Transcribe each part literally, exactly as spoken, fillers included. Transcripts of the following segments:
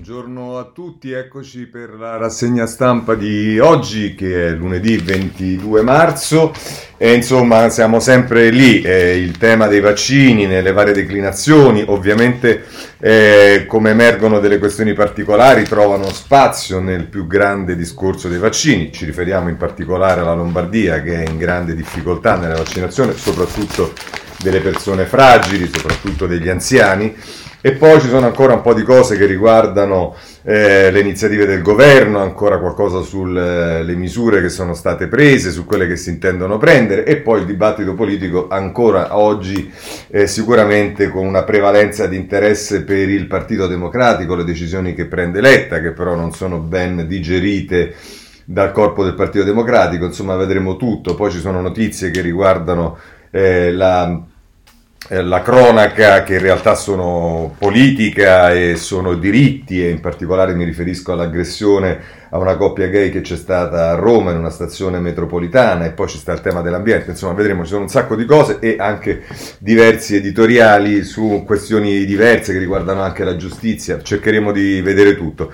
Buongiorno a tutti, eccoci per la rassegna stampa di oggi che è lunedì ventidue marzo e insomma siamo sempre lì, eh, il tema dei vaccini nelle varie declinazioni, ovviamente eh, come emergono delle questioni particolari trovano spazio nel più grande discorso dei vaccini, ci riferiamo in particolare alla Lombardia che è in grande difficoltà nella vaccinazione, soprattutto delle persone fragili, soprattutto degli anziani. E poi ci sono ancora un po' di cose che riguardano eh, le iniziative del governo, ancora qualcosa sulle eh, misure che sono state prese, su quelle che si intendono prendere e poi il dibattito politico ancora oggi eh, sicuramente con una prevalenza di interesse per il Partito Democratico, le decisioni che prende Letta, che però non sono ben digerite dal corpo del Partito Democratico, insomma vedremo tutto. Poi ci sono notizie che riguardano eh, la... la cronaca che in realtà sono politica e sono diritti e in particolare mi riferisco all'aggressione a una coppia gay che c'è stata a Roma in una stazione metropolitana e poi ci sta il tema dell'ambiente, insomma vedremo, ci sono un sacco di cose e anche diversi editoriali su questioni diverse che riguardano anche la giustizia, cercheremo di vedere tutto.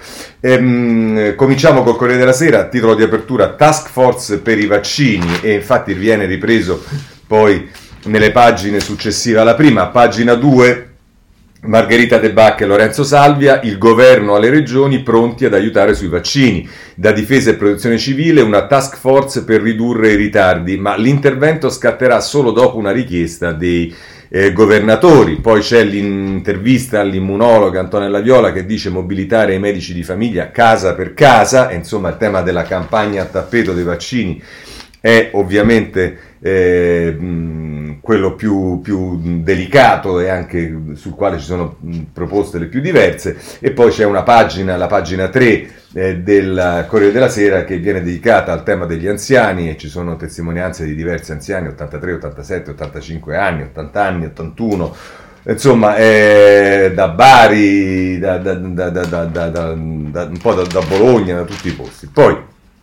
Ehm, cominciamo col Corriere della Sera, titolo di apertura Task Force per i vaccini e infatti viene ripreso poi nelle pagine successive alla prima, pagina due, Margherita De Bacca e Lorenzo Salvia, il governo alle regioni pronti ad aiutare sui vaccini, da difesa e protezione civile una task force per ridurre i ritardi, ma l'intervento scatterà solo dopo una richiesta dei eh, governatori. Poi c'è l'intervista all'immunologa Antonella Viola che dice mobilitare i medici di famiglia casa per casa, e insomma il tema della campagna a tappeto dei vaccini è ovviamente eh, mh, quello più, più delicato e anche sul quale ci sono mh, proposte le più diverse. E poi c'è una pagina, la pagina tre eh, del Corriere della Sera, che viene dedicata al tema degli anziani e ci sono testimonianze di diversi anziani, ottantatré, ottantasette, ottantacinque anni, ottanta anni, ottantuno, insomma eh, da Bari, da, da, da, da, da, da, da, da, un po' da, da Bologna, da tutti i posti. Poi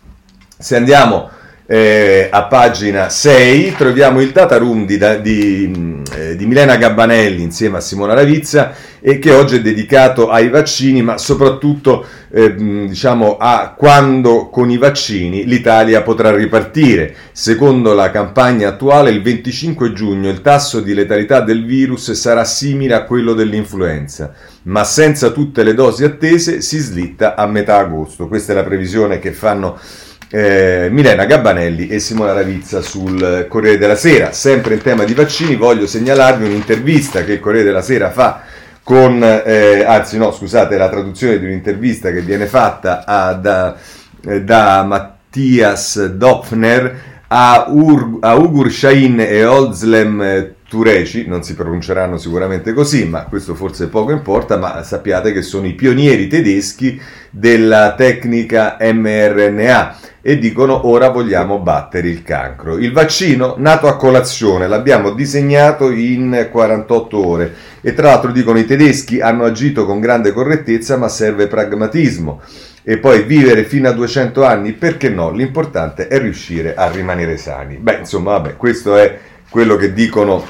se andiamo Eh, a pagina sei troviamo il data room di, di, eh, di Milena Gabbanelli insieme a Simona Ravizza e che oggi è dedicato ai vaccini, ma soprattutto eh, diciamo a quando con i vaccini l'Italia potrà ripartire. Secondo la campagna attuale il venticinque giugno il tasso di letalità del virus sarà simile a quello dell'influenza, ma senza tutte le dosi attese si slitta a metà agosto. Questa è la previsione che fanno Eh, Milena Gabbanelli e Simona Ravizza sul Corriere della Sera. Sempre in tema di vaccini voglio segnalarvi un'intervista che il Corriere della Sera fa con, eh, anzi no scusate, la traduzione di un'intervista che viene fatta a, da, eh, da Mattias Dopfner a, Ur, a Ugur Shahin e Özlem Tureci, non si pronunceranno sicuramente così, ma questo forse poco importa, ma sappiate che sono i pionieri tedeschi della tecnica mRNA e dicono ora vogliamo battere il cancro. Il vaccino nato a colazione, l'abbiamo disegnato in quarantotto ore e tra l'altro dicono i tedeschi hanno agito con grande correttezza ma serve pragmatismo e poi vivere fino a duecento anni, perché no, l'importante è riuscire a rimanere sani. Beh insomma vabbè, questo è quello che dicono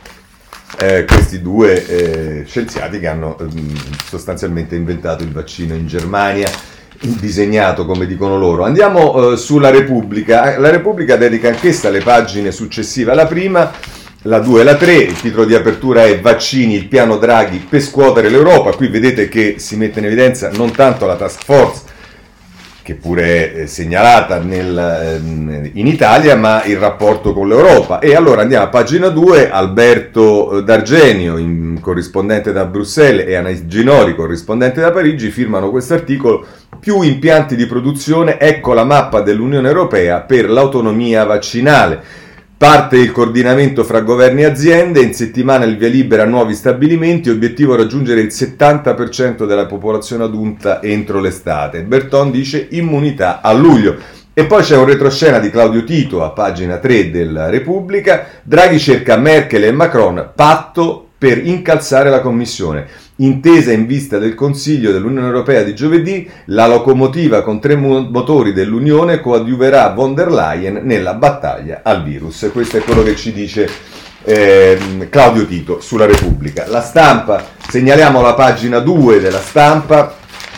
eh, questi due eh, scienziati che hanno eh, sostanzialmente inventato il vaccino in Germania, disegnato come dicono loro. Andiamo eh, sulla Repubblica. La Repubblica dedica anch'essa le pagine successive alla prima, la due e la tre. Il titolo di apertura è Vaccini, il piano Draghi per scuotere l'Europa. Qui vedete che si mette in evidenza non tanto la task force, che pure è segnalata nel, in Italia, ma il rapporto con l'Europa. E allora andiamo a pagina due, Alberto D'Argenio, in, corrispondente da Bruxelles, e Anais Ginori, corrispondente da Parigi, firmano questo articolo: più impianti di produzione, ecco la mappa dell'Unione Europea per l'autonomia vaccinale. Parte il coordinamento fra governi e aziende, in settimana il via libera a nuovi stabilimenti, obiettivo raggiungere il settanta per cento della popolazione adulta entro l'estate. Berton dice immunità a luglio. E poi c'è un retroscena di Claudio Tito a pagina tre della Repubblica. Draghi cerca Merkel e Macron, patto per incalzare la Commissione. Intesa in vista del Consiglio dell'Unione Europea di giovedì, la locomotiva con tre motori dell'Unione coadiuverà von der Leyen nella battaglia al virus. Questo è quello che ci dice eh, Claudio Tito sulla Repubblica. La Stampa, segnaliamo la pagina due della Stampa,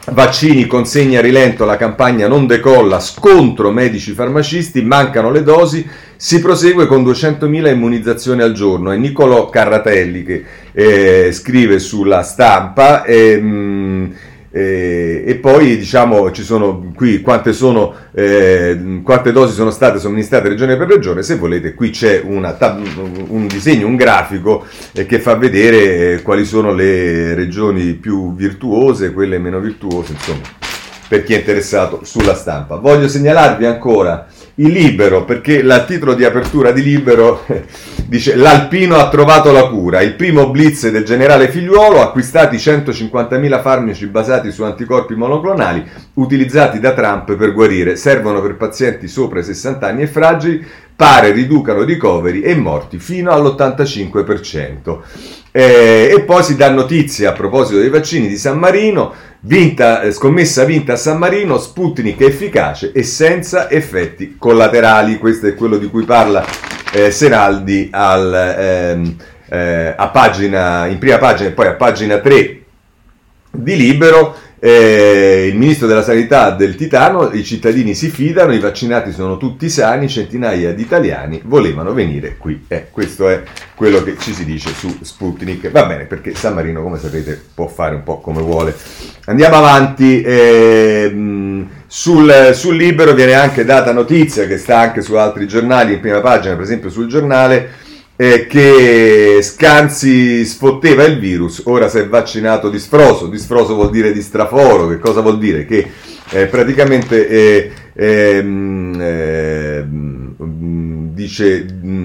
Vaccini, consegna a rilento, la campagna non decolla, scontro medici farmacisti, mancano le dosi, si prosegue con duecentomila immunizzazioni al giorno. È Niccolò Carratelli che eh, scrive sulla Stampa ehm, eh, e poi diciamo ci sono qui quante sono eh, quante dosi sono state somministrate regione per regione. Se volete qui c'è una tab- un disegno, un grafico eh, che fa vedere eh, quali sono le regioni più virtuose, quelle meno virtuose, insomma, per chi è interessato, sulla Stampa. Voglio segnalarvi ancora il Libero, perché il titolo di apertura di Libero dice: l'Alpino ha trovato la cura, il primo blitz del generale Figliuolo, acquistati centocinquantamila farmaci basati su anticorpi monoclonali utilizzati da Trump per guarire, servono per pazienti sopra i sessanta anni e fragili, pare riducano ricoveri e morti fino all'ottantacinque per cento. Eh, e poi si dà notizia a proposito dei vaccini di San Marino, vinta, eh, scommessa vinta a San Marino, Sputnik è efficace e senza effetti collaterali. Questo è quello di cui parla eh, Seraldi al, ehm, eh, a pagina, in prima pagina e poi a pagina tre di Libero. Eh, il ministro della sanità del Titano: i cittadini si fidano, i vaccinati sono tutti sani, centinaia di italiani volevano venire qui. Eh, questo è quello che ci si dice su Sputnik. Va bene, perché San Marino, come sapete, può fare un po' come vuole. Andiamo avanti. Eh, sul, sul Libero viene anche data notizia, che sta anche su altri giornali in prima pagina, per esempio sul Giornale, Eh, che Scanzi sfotteva il virus, ora si è vaccinato di sfroso. Di sfroso vuol dire di straforo. Che cosa vuol dire? Che eh, praticamente eh, eh, eh, dice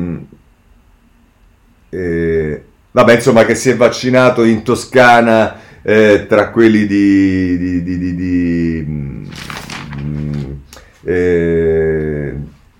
eh, vabbè, insomma, che si è vaccinato in Toscana eh, tra quelli di, di, di, di, di eh,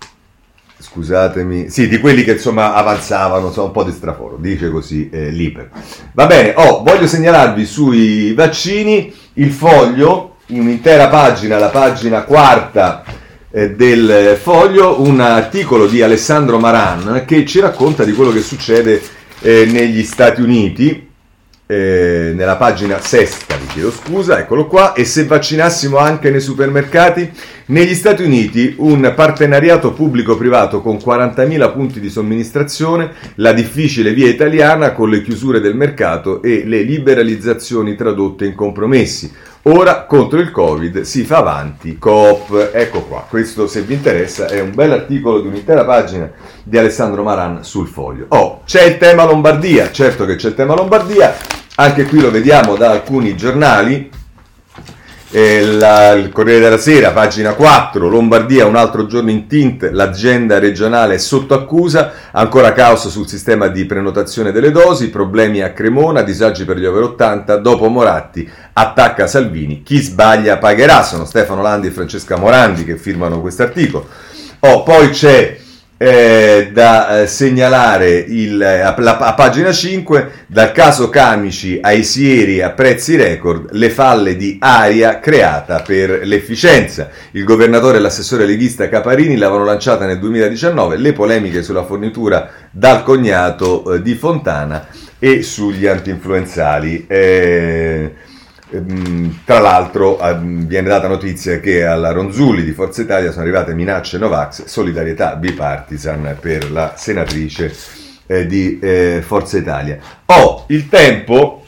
scusatemi, sì, di quelli che insomma avanzavano, insomma, un po' di straforo, dice così eh, l'Iper. Va bene, oh, voglio segnalarvi sui vaccini il Foglio, in un'intera pagina, la pagina quarta eh, del Foglio, un articolo di Alessandro Maran che ci racconta di quello che succede eh, negli Stati Uniti. Eh, nella pagina sesta, vi chiedo scusa, eccolo qua. E se vaccinassimo anche nei supermercati? Negli Stati Uniti un partenariato pubblico-privato con quarantamila punti di somministrazione, la difficile via italiana con le chiusure del mercato e le liberalizzazioni tradotte in compromessi. Ora contro il Covid si fa avanti, Coop. Ecco qua, questo, se vi interessa, è un bel articolo di un'intera pagina di Alessandro Maran sul Foglio. Oh, c'è il tema Lombardia, certo che c'è il tema Lombardia, anche qui lo vediamo da alcuni giornali. Eh, la, il Corriere della Sera, pagina quattro, Lombardia un altro giorno in tint, l'azienda regionale è sotto accusa, ancora caos sul sistema di prenotazione delle dosi, problemi a Cremona, disagi per gli over ottanta, dopo Moratti attacca Salvini, chi sbaglia pagherà. Sono Stefano Landi e Francesca Morandi che firmano questo articolo. Oh, poi c'è Eh, da eh, segnalare il, a, la, a pagina cinque, dal caso Camici ai sieri a prezzi record, le falle di aria creata per l'efficienza. Il governatore e l'assessore leghista Caparini l'avevano lanciata nel duemiladiciannove, le polemiche sulla fornitura dal cognato eh, di Fontana e sugli antinfluenzali. Eh, Tra l'altro viene data notizia che alla Ronzulli di Forza Italia sono arrivate minacce Novax, solidarietà bipartisan per la senatrice eh, di eh, Forza Italia. Oh, il Tempo,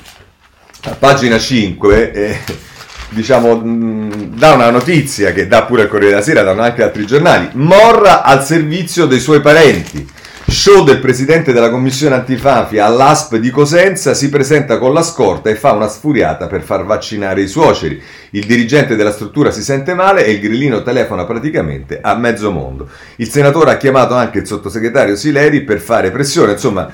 a pagina cinque, eh, diciamo, mh, dà una notizia che dà pure il Corriere della Sera, danno anche altri giornali. Morra al servizio dei suoi parenti. Show del presidente della commissione antimafia all'A S P di Cosenza, si presenta con la scorta e fa una sfuriata per far vaccinare i suoceri. Il dirigente della struttura si sente male e il grillino telefona praticamente a mezzo mondo. Il senatore ha chiamato anche il sottosegretario Sileri per fare pressione. Insomma,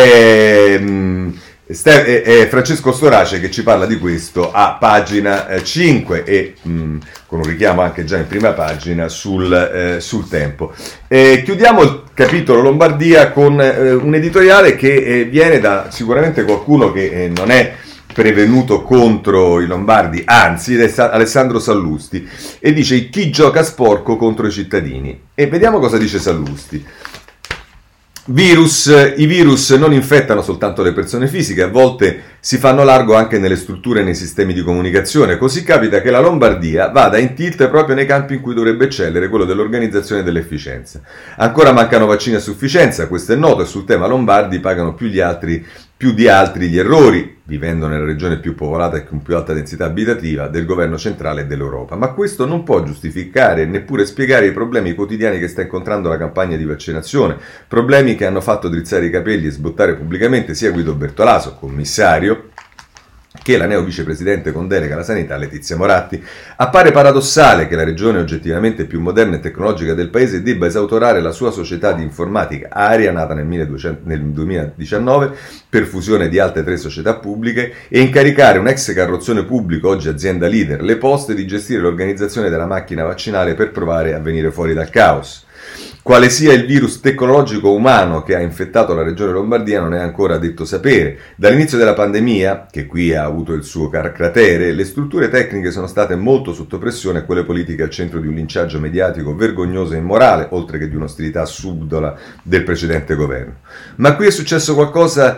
ehm, Ste- è, è Francesco Storace che ci parla di questo a pagina eh, cinque e mh, con un richiamo anche già in prima pagina sul, eh, sul Tempo. Eh, chiudiamo il capitolo Lombardia con eh, un editoriale che eh, viene da sicuramente qualcuno che eh, non è prevenuto contro i lombardi, anzi, è Alessandro Sallusti, e dice: chi gioca sporco contro i cittadini. E vediamo cosa dice Sallusti. Virus, i virus non infettano soltanto le persone fisiche, a volte si fanno largo anche nelle strutture e nei sistemi di comunicazione. Così capita che la Lombardia vada in tilt proprio nei campi in cui dovrebbe eccellere, quello dell'organizzazione e dell'efficienza. Ancora mancano vaccini a sufficienza, questo è noto, e sul tema lombardi pagano più gli altri più di altri gli errori, vivendo nella regione più popolata e con più alta densità abitativa, del governo centrale e dell'Europa. Ma questo non può giustificare neppure spiegare i problemi quotidiani che sta incontrando la campagna di vaccinazione, problemi che hanno fatto drizzare i capelli e sbottare pubblicamente sia Guido Bertolaso, commissario, che la neo vicepresidente con delega alla sanità Letizia Moratti. Appare paradossale che la regione oggettivamente più moderna e tecnologica del paese debba esautorare la sua società di informatica Aria, nata nel, milleduecento, nel duemiladiciannove per fusione di altre tre società pubbliche, e incaricare un ex carrozzone pubblico, oggi azienda leader, le Poste, di gestire l'organizzazione della macchina vaccinale per provare a venire fuori dal caos. Quale sia il virus tecnologico umano che ha infettato la regione Lombardia non è ancora detto sapere. Dall'inizio della pandemia, che qui ha avuto il suo cratere, le strutture tecniche sono state molto sotto pressione e quelle politiche al centro di un linciaggio mediatico vergognoso e immorale, oltre che di un'ostilità subdola del precedente governo. Ma qui è successo qualcosa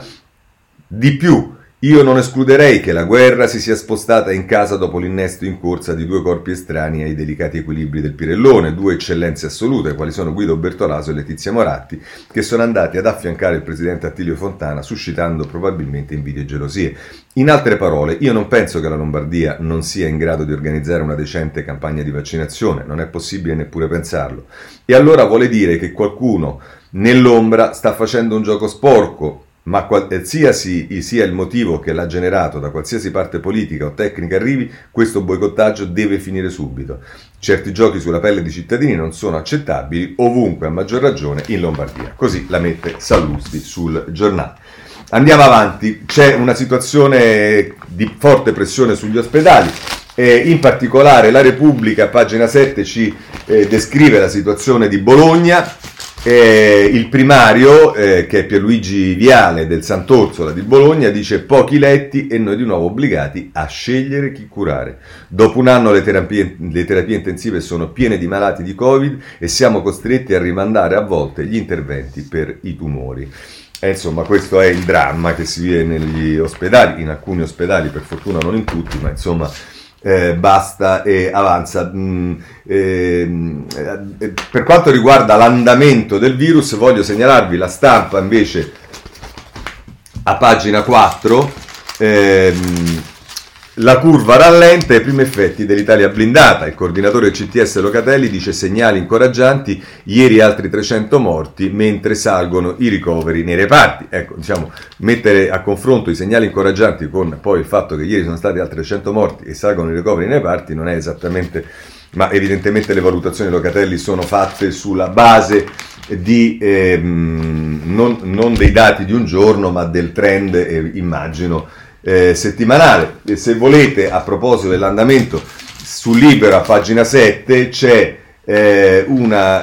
di più. Io non escluderei che la guerra si sia spostata in casa dopo l'innesto in corsa di due corpi estranei ai delicati equilibri del Pirellone, due eccellenze assolute, quali sono Guido Bertolaso e Letizia Moratti, che sono andati ad affiancare il presidente Attilio Fontana, suscitando probabilmente invidie e gelosie. In altre parole, io non penso che la Lombardia non sia in grado di organizzare una decente campagna di vaccinazione, non è possibile neppure pensarlo. E allora vuole dire che qualcuno nell'ombra sta facendo un gioco sporco, ma qualsiasi sia il motivo che l'ha generato, da qualsiasi parte politica o tecnica arrivi, questo boicottaggio deve finire subito. Certi giochi sulla pelle di cittadini non sono accettabili ovunque, a maggior ragione in Lombardia. Così la mette Sallusti sul giornale. Andiamo avanti, c'è una situazione di forte pressione sugli ospedali. Eh, in particolare la Repubblica, pagina sette, ci eh, descrive la situazione di Bologna. Eh, il primario, eh, che è Pierluigi Viale del Sant'Orsola di Bologna, dice: pochi letti e noi di nuovo obbligati a scegliere chi curare. Dopo un anno le terapie, le terapie intensive sono piene di malati di Covid e siamo costretti a rimandare a volte gli interventi per i tumori. E insomma, questo è il dramma che si vive negli ospedali, in alcuni ospedali, per fortuna non in tutti, ma insomma Eh, basta e avanza. Mm, eh, eh, per quanto riguarda l'andamento del virus, voglio segnalarvi la Stampa invece a pagina quattro. ehm, La curva rallenta, i primi effetti dell'Italia blindata. Il coordinatore C T S Locatelli dice: segnali incoraggianti, ieri altri trecento morti mentre salgono i ricoveri nei reparti. Ecco, diciamo, mettere a confronto i segnali incoraggianti con poi il fatto che ieri sono stati altri trecento morti e salgono i ricoveri nei reparti non è esattamente, ma evidentemente le valutazioni Locatelli sono fatte sulla base di ehm, non, non dei dati di un giorno, ma del trend, eh, immagino, Eh, settimanale. E se volete, a proposito dell'andamento, su Libero a pagina sette c'è eh, una,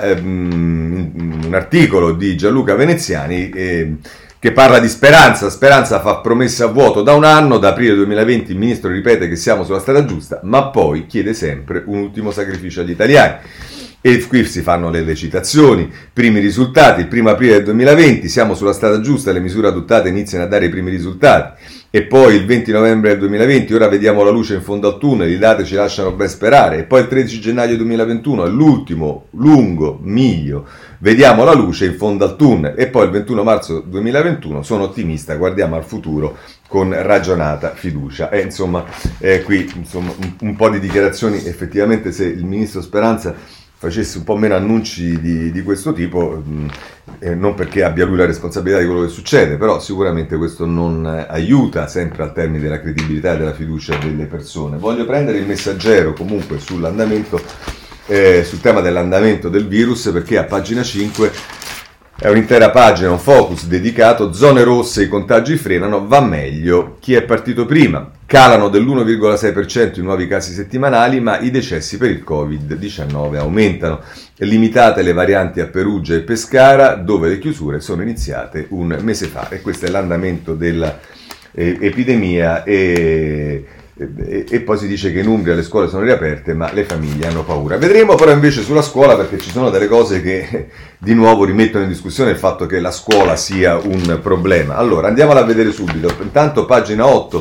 ehm, un articolo di Gianluca Veneziani eh, che parla di Speranza. Speranza fa promesse a vuoto da un anno, da aprile duemilaventi il ministro ripete che siamo sulla strada giusta, ma poi chiede sempre un ultimo sacrificio agli italiani. E qui si fanno le, le citazioni, primi risultati, il primo aprile del duemilaventi, siamo sulla strada giusta, le misure adottate iniziano a dare i primi risultati. E poi il venti novembre del duemilaventi, ora vediamo la luce in fondo al tunnel, i dati ci lasciano ben sperare. E poi il tredici gennaio duemilaventuno, è l'ultimo lungo miglio, vediamo la luce in fondo al tunnel. E poi il ventuno marzo duemilaventuno, sono ottimista, guardiamo al futuro con ragionata fiducia. E insomma, eh, qui insomma, un, un po' di dichiarazioni. Effettivamente, se il ministro Speranza facesse un po' meno annunci di, di questo tipo, mh, eh, non perché abbia lui la responsabilità di quello che succede, però sicuramente questo non eh, aiuta sempre al termine della credibilità e della fiducia delle persone. Voglio prendere il Messaggero comunque sull'andamento, eh, sul tema dell'andamento del virus, perché a pagina cinque è un'intera pagina, un focus dedicato: zone rosse, i contagi frenano, va meglio chi è partito prima. Calano dell'uno virgola sei per cento i nuovi casi settimanali, ma i decessi per il covid diciannove aumentano. Limitate le varianti a Perugia e Pescara, dove le chiusure sono iniziate un mese fa. E questo è l'andamento dell'epidemia e, e, e poi si dice che in Umbria le scuole sono riaperte ma le famiglie hanno paura. Vedremo però invece sulla scuola, perché ci sono delle cose che di nuovo rimettono in discussione il fatto che la scuola sia un problema. Allora andiamola a vedere subito. Intanto pagina otto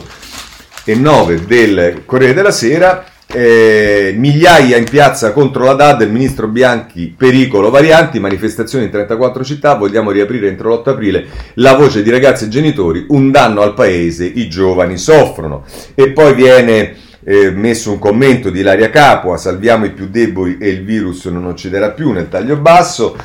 e nove del Corriere della Sera. Eh, migliaia in piazza contro la D A D, il ministro Bianchi, pericolo varianti, manifestazioni in trentaquattro città, vogliamo riaprire entro l'otto aprile, la voce di ragazzi e genitori, un danno al paese, i giovani soffrono. E poi viene eh, messo un commento di Ilaria Capua, salviamo i più deboli e il virus non ucciderà più, nel taglio basso.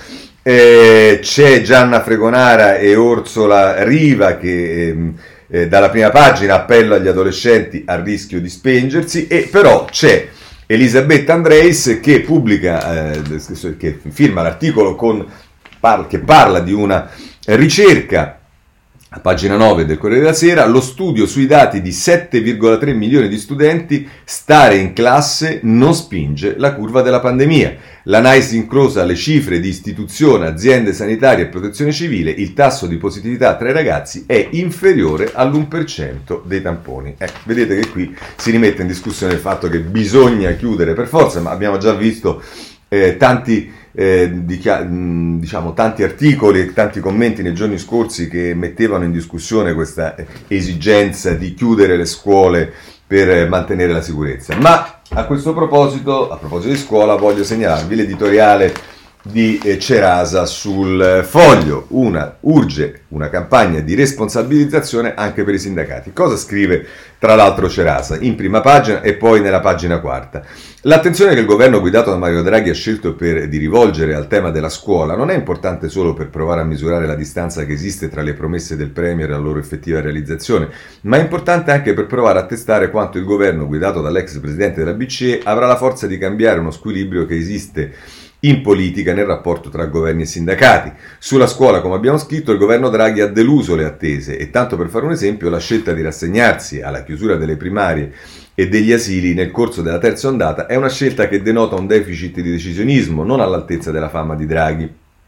Eh, c'è Gianna Fregonara e Orsola Riva che ehm, Eh, dalla prima pagina, appello agli adolescenti a rischio di spengersi, e però c'è Elisabetta Andreis che pubblica, eh, che firma l'articolo con, par- che parla di una ricerca a pagina nove del Corriere della Sera, lo studio sui dati di sette virgola tre milioni di studenti, stare in classe non spinge la curva della pandemia. L'A N A I S incrocia le cifre di istituzione, aziende sanitarie e protezione civile, il tasso di positività tra i ragazzi è inferiore all'uno per cento dei tamponi. Ecco, vedete che qui si rimette in discussione il fatto che bisogna chiudere per forza, ma abbiamo già visto eh, tanti... Eh, diciamo tanti articoli e tanti commenti nei giorni scorsi che mettevano in discussione questa esigenza di chiudere le scuole per mantenere la sicurezza. Ma a questo proposito, a proposito di scuola, voglio segnalarvi l'editoriale di eh, Cerasa sul Foglio. Una, urge una campagna di responsabilizzazione anche per i sindacati. Cosa scrive tra l'altro Cerasa in prima pagina e poi nella pagina quarta? L'attenzione che il governo guidato da Mario Draghi ha scelto per, di rivolgere al tema della scuola non è importante solo per provare a misurare la distanza che esiste tra le promesse del Premier e la loro effettiva realizzazione, ma è importante anche per provare a testare quanto il governo guidato dall'ex presidente della B C E avrà la forza di cambiare uno squilibrio che esiste in politica nel rapporto tra governi e sindacati. Sulla scuola, come abbiamo scritto, il governo Draghi ha deluso le attese e, tanto per fare un esempio, la scelta di rassegnarsi alla chiusura delle primarie e degli asili nel corso della terza ondata è una scelta che denota un deficit di decisionismo non all'altezza della fama di Draghi.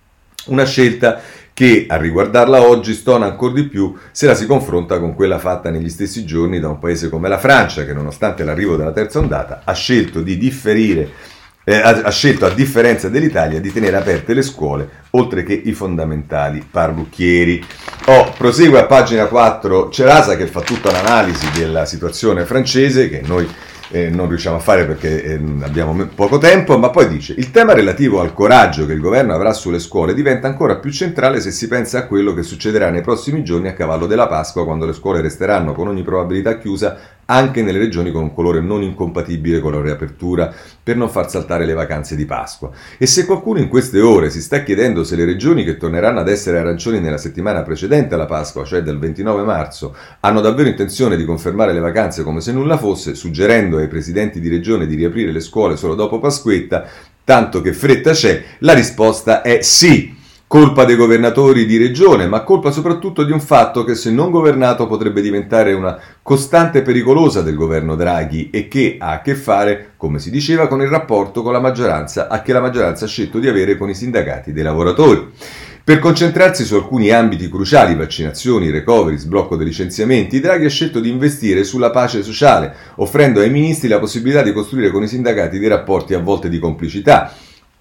Una scelta che, a riguardarla oggi, stona ancora di più se la si confronta con quella fatta negli stessi giorni da un paese come la Francia, che nonostante l'arrivo della terza ondata ha scelto di differire Eh, ha, ha scelto, a differenza dell'Italia, di tenere aperte le scuole, oltre che i fondamentali parrucchieri. Oh, prosegue a pagina quattro Cerasa, che fa tutta l'analisi della situazione francese, che noi eh, non riusciamo a fare perché eh, abbiamo poco tempo, ma poi dice: il tema relativo al coraggio che il governo avrà sulle scuole diventa ancora più centrale se si pensa a quello che succederà nei prossimi giorni a cavallo della Pasqua, quando le scuole resteranno con ogni probabilità chiusa anche nelle regioni con un colore non incompatibile con la riapertura, per non far saltare le vacanze di Pasqua. E se qualcuno in queste ore si sta chiedendo se le regioni che torneranno ad essere arancioni nella settimana precedente alla Pasqua, cioè del ventinove marzo, hanno davvero intenzione di confermare le vacanze come se nulla fosse, suggerendo ai presidenti di regione di riaprire le scuole solo dopo Pasquetta, tanto che fretta c'è, la risposta è sì. Colpa dei governatori di regione, ma colpa soprattutto di un fatto che, se non governato, potrebbe diventare una costante pericolosa del governo Draghi e che ha a che fare, come si diceva, con il rapporto con la maggioranza, a che la maggioranza ha scelto di avere con i sindacati dei lavoratori. Per concentrarsi su alcuni ambiti cruciali, vaccinazioni, recovery, sblocco dei licenziamenti, Draghi ha scelto di investire sulla pace sociale, offrendo ai ministri la possibilità di costruire con i sindacati dei rapporti a volte di complicità.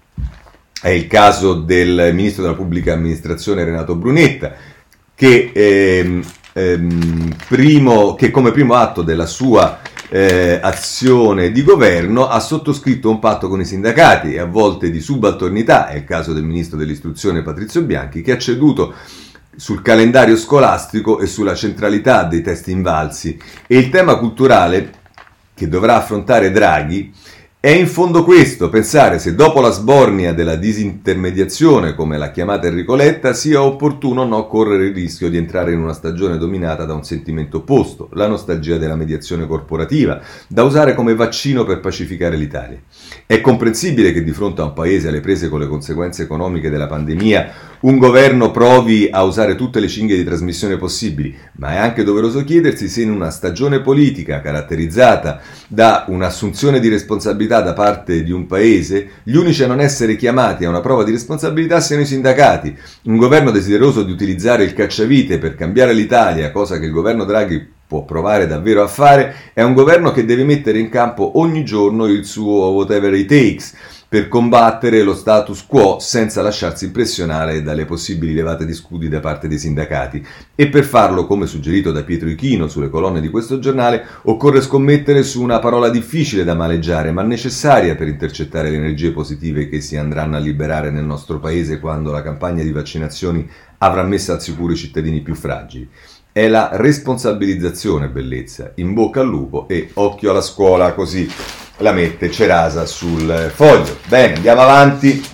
È il caso del ministro della pubblica amministrazione Renato Brunetta, che, ehm, ehm, primo, che come primo atto della sua eh, azione di governo ha sottoscritto un patto con i sindacati e a volte di subalternità. È il caso del ministro dell'istruzione Patrizio Bianchi, che ha ceduto sul calendario scolastico e sulla centralità dei test invalsi. E il tema culturale che dovrà affrontare Draghi è in fondo questo: pensare se dopo la sbornia della disintermediazione, come l'ha chiamata Enrico Letta, sia opportuno o no correre il rischio di entrare in una stagione dominata da un sentimento opposto, la nostalgia della mediazione corporativa, da usare come vaccino per pacificare l'Italia. È comprensibile che di fronte a un paese alle prese con le conseguenze economiche della pandemia un governo provi a usare tutte le cinghie di trasmissione possibili, ma è anche doveroso chiedersi se in una stagione politica caratterizzata da un'assunzione di responsabilità da parte di un paese, gli unici a non essere chiamati a una prova di responsabilità siano i sindacati. Un governo desideroso di utilizzare il cacciavite per cambiare l'Italia, cosa che il governo Draghi può provare davvero a fare è un governo che deve mettere in campo ogni giorno il suo whatever it takes per combattere lo status quo senza lasciarsi impressionare dalle possibili levate di scudi da parte dei sindacati. E per farlo, come suggerito da Pietro Ichino sulle colonne di questo giornale, occorre scommettere su una parola difficile da maneggiare, ma necessaria per intercettare le energie positive che si andranno a liberare nel nostro paese quando la campagna di vaccinazioni avrà messo al sicuro i cittadini più fragili. È la responsabilizzazione, bellezza. In bocca al lupo e occhio alla scuola, così la mette Cerasa sul foglio. Bene, andiamo avanti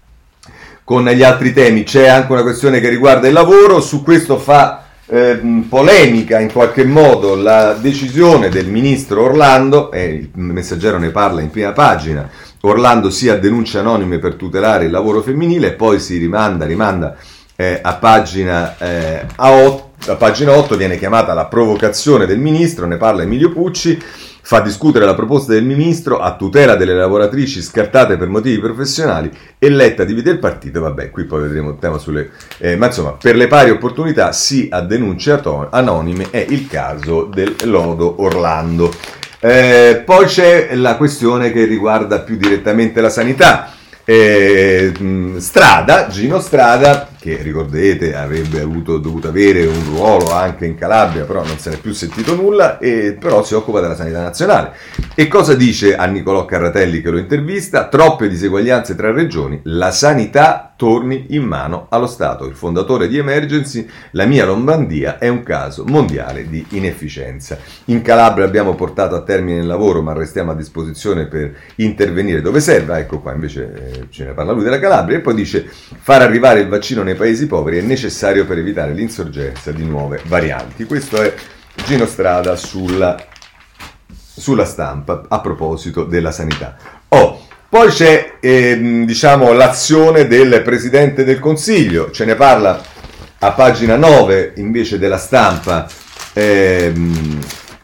con gli altri temi. C'è anche una questione che riguarda il lavoro, su questo fa eh, polemica in qualche modo la decisione del ministro Orlando, eh, il Messaggero ne parla in prima pagina. Orlando sia denunce anonime per tutelare il lavoro femminile, poi si rimanda, rimanda eh, a pagina eh, a otto. La pagina otto viene chiamata la provocazione del ministro, ne parla Emilio Pucci, fa discutere la proposta del ministro a tutela delle lavoratrici scartate per motivi professionali e Letta divide il partito, vabbè, qui poi vedremo il tema sulle... Eh, ma insomma, per le pari opportunità sì a denunce anonime è il caso del lodo Orlando. Eh, poi c'è la questione che riguarda più direttamente la sanità. Eh, Strada, Gino Strada, che ricordate avrebbe avuto, dovuto avere un ruolo anche in Calabria, però non se ne è più sentito nulla, e però si occupa della sanità nazionale. E cosa dice a Nicolò Carratelli che lo intervista? Troppe diseguaglianze tra regioni, la sanità torni in mano allo Stato. Il fondatore di Emergency, la mia Lombardia è un caso mondiale di inefficienza. In Calabria abbiamo portato a termine il lavoro, ma restiamo a disposizione per intervenire dove serve. Ecco qua invece eh, ce ne parla lui della Calabria. E poi dice: far arrivare il vaccino nei paesi poveri è necessario per evitare l'insorgenza di nuove varianti. Questo è Gino Strada sulla, sulla Stampa a proposito della sanità. Oh, poi c'è eh, diciamo l'azione del Presidente del Consiglio, ce ne parla a pagina nove invece della Stampa. ehm,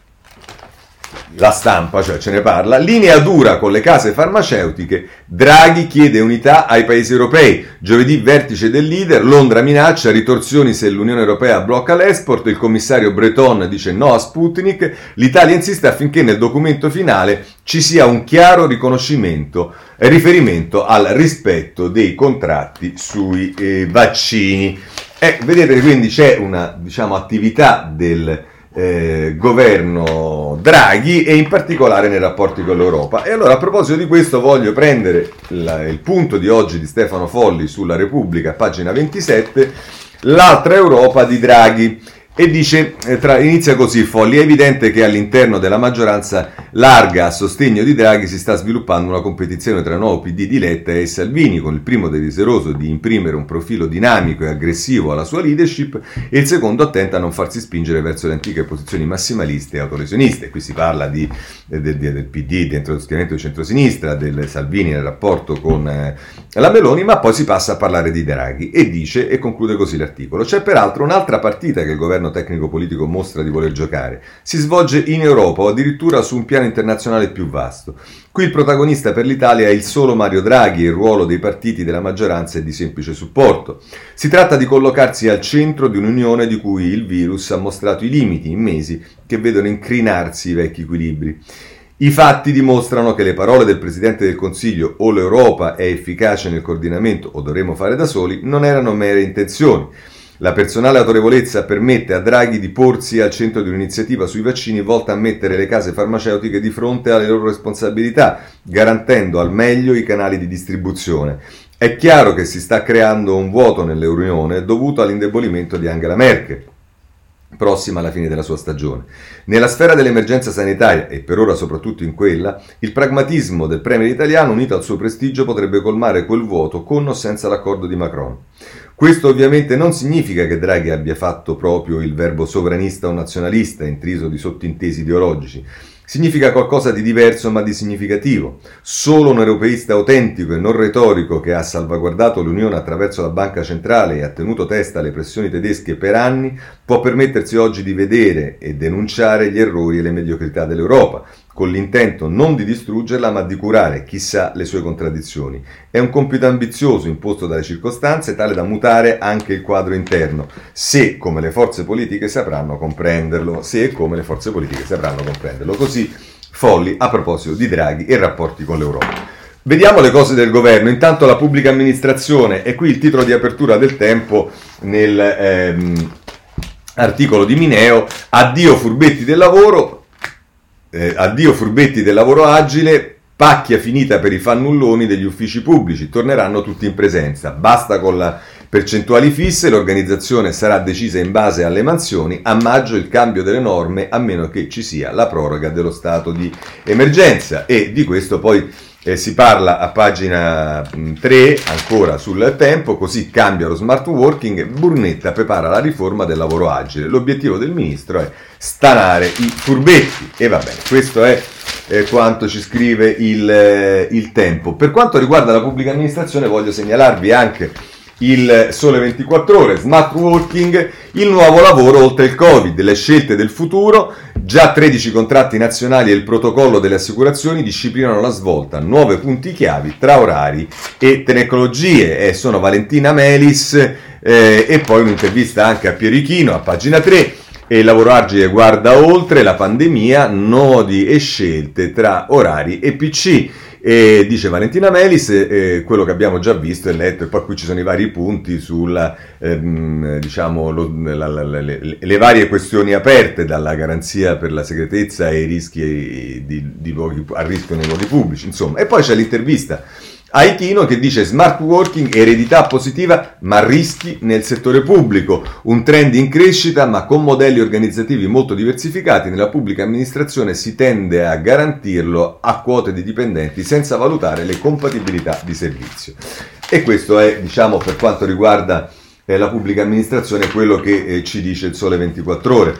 La Stampa, cioè ce ne parla, linea dura con le case farmaceutiche, Draghi chiede unità ai paesi europei, giovedì vertice del leader, Londra minaccia ritorsioni se l'Unione Europea blocca l'export, il commissario Breton dice no a Sputnik, l'Italia insiste affinché nel documento finale ci sia un chiaro riconoscimento e riferimento al rispetto dei contratti sui eh, vaccini. E vedete, quindi c'è una, diciamo, attività del Eh, governo Draghi e in particolare nei rapporti con l'Europa. E allora a proposito di questo voglio prendere la, il punto di oggi di Stefano Folli sulla Repubblica, pagina ventisette, l'altra Europa di Draghi. E dice, eh, tra, inizia così Folli: è evidente che all'interno della maggioranza larga a sostegno di Draghi si sta sviluppando una competizione tra nuovo P D di Letta e Salvini, con il primo desideroso di imprimere un profilo dinamico e aggressivo alla sua leadership e il secondo attento a non farsi spingere verso le antiche posizioni massimaliste e autolesioniste. Qui si parla di, eh, del, del P D dentro lo schieramento di centrosinistra, del Salvini nel rapporto con eh, la Meloni, ma poi si passa a parlare di Draghi e dice, e conclude così l'articolo: c'è peraltro un'altra partita che il governo tecnico-politico mostra di voler giocare. Si svolge in Europa o addirittura su un piano internazionale più vasto. Qui il protagonista per l'Italia è il solo Mario Draghi e il ruolo dei partiti della maggioranza è di semplice supporto. Si tratta di collocarsi al centro di un'unione di cui il virus ha mostrato i limiti in mesi che vedono incrinarsi i vecchi equilibri. I fatti dimostrano che le parole del Presidente del Consiglio o l'Europa è efficace nel coordinamento o dovremo fare da soli non erano mere intenzioni. La personale autorevolezza permette a Draghi di porsi al centro di un'iniziativa sui vaccini volta a mettere le case farmaceutiche di fronte alle loro responsabilità, garantendo al meglio i canali di distribuzione. È chiaro che si sta creando un vuoto nell'Unione dovuto all'indebolimento di Angela Merkel, prossima alla fine della sua stagione. Nella sfera dell'emergenza sanitaria, e per ora soprattutto in quella, il pragmatismo del premier italiano unito al suo prestigio potrebbe colmare quel vuoto con o senza l'accordo di Macron. Questo ovviamente non significa che Draghi abbia fatto proprio il verbo sovranista o nazionalista, intriso di sottintesi ideologici. Significa qualcosa di diverso ma di significativo. Solo un europeista autentico e non retorico che ha salvaguardato l'Unione attraverso la Banca Centrale e ha tenuto testa alle pressioni tedesche per anni può permettersi oggi di vedere e denunciare gli errori e le mediocrità dell'Europa, con l'intento non di distruggerla ma di curare, chissà, le sue contraddizioni. È un compito ambizioso imposto dalle circostanze, tale da mutare anche il quadro interno, se come le forze politiche sapranno comprenderlo, se e come le forze politiche sapranno comprenderlo. Così Folli a proposito di Draghi e rapporti con l'Europa. Vediamo le cose del governo. Intanto la pubblica amministrazione, e qui il titolo di apertura del Tempo nel ehm, articolo di Mineo: addio furbetti del lavoro. Eh, addio furbetti del lavoro agile, pacchia finita per i fannulloni degli uffici pubblici, torneranno tutti in presenza, basta con la percentuali fisse, l'organizzazione sarà decisa in base alle mansioni, a maggio il cambio delle norme a meno che ci sia la proroga dello stato di emergenza, e di questo poi eh, si parla a pagina tre ancora sul Tempo. Così cambia lo smart working, Brunetta prepara la riforma del lavoro agile, l'obiettivo del ministro è stanare i furbetti, e va bene, questo è eh, quanto ci scrive il, eh, il Tempo. Per quanto riguarda la pubblica amministrazione voglio segnalarvi anche il Sole ventiquattro Ore, smart working, il nuovo lavoro oltre il Covid, le scelte del futuro, già tredici contratti nazionali e il protocollo delle assicurazioni disciplinano la svolta, nuove punti chiavi tra orari e tecnologie, e sono Valentina Melis eh, e poi un'intervista anche a Pierichino a pagina tre. E il lavoro agile guarda oltre la pandemia, nodi e scelte tra orari e P C. E dice Valentina Melis, eh, quello che abbiamo già visto e letto, e poi qui ci sono i vari punti sulla, ehm, diciamo, lo, la, la, la, le, le varie questioni aperte, dalla garanzia per la segretezza ai rischi di, di luoghi, a rischio nei luoghi pubblici, insomma. E poi c'è l'intervista a Ichino che dice: smart working, eredità positiva ma rischi nel settore pubblico, un trend in crescita ma con modelli organizzativi molto diversificati. Nella pubblica amministrazione si tende a garantirlo a quote di dipendenti senza valutare le compatibilità di servizio. E questo è, diciamo, per quanto riguarda eh, la pubblica amministrazione, quello che eh, ci dice il Sole ventiquattro Ore.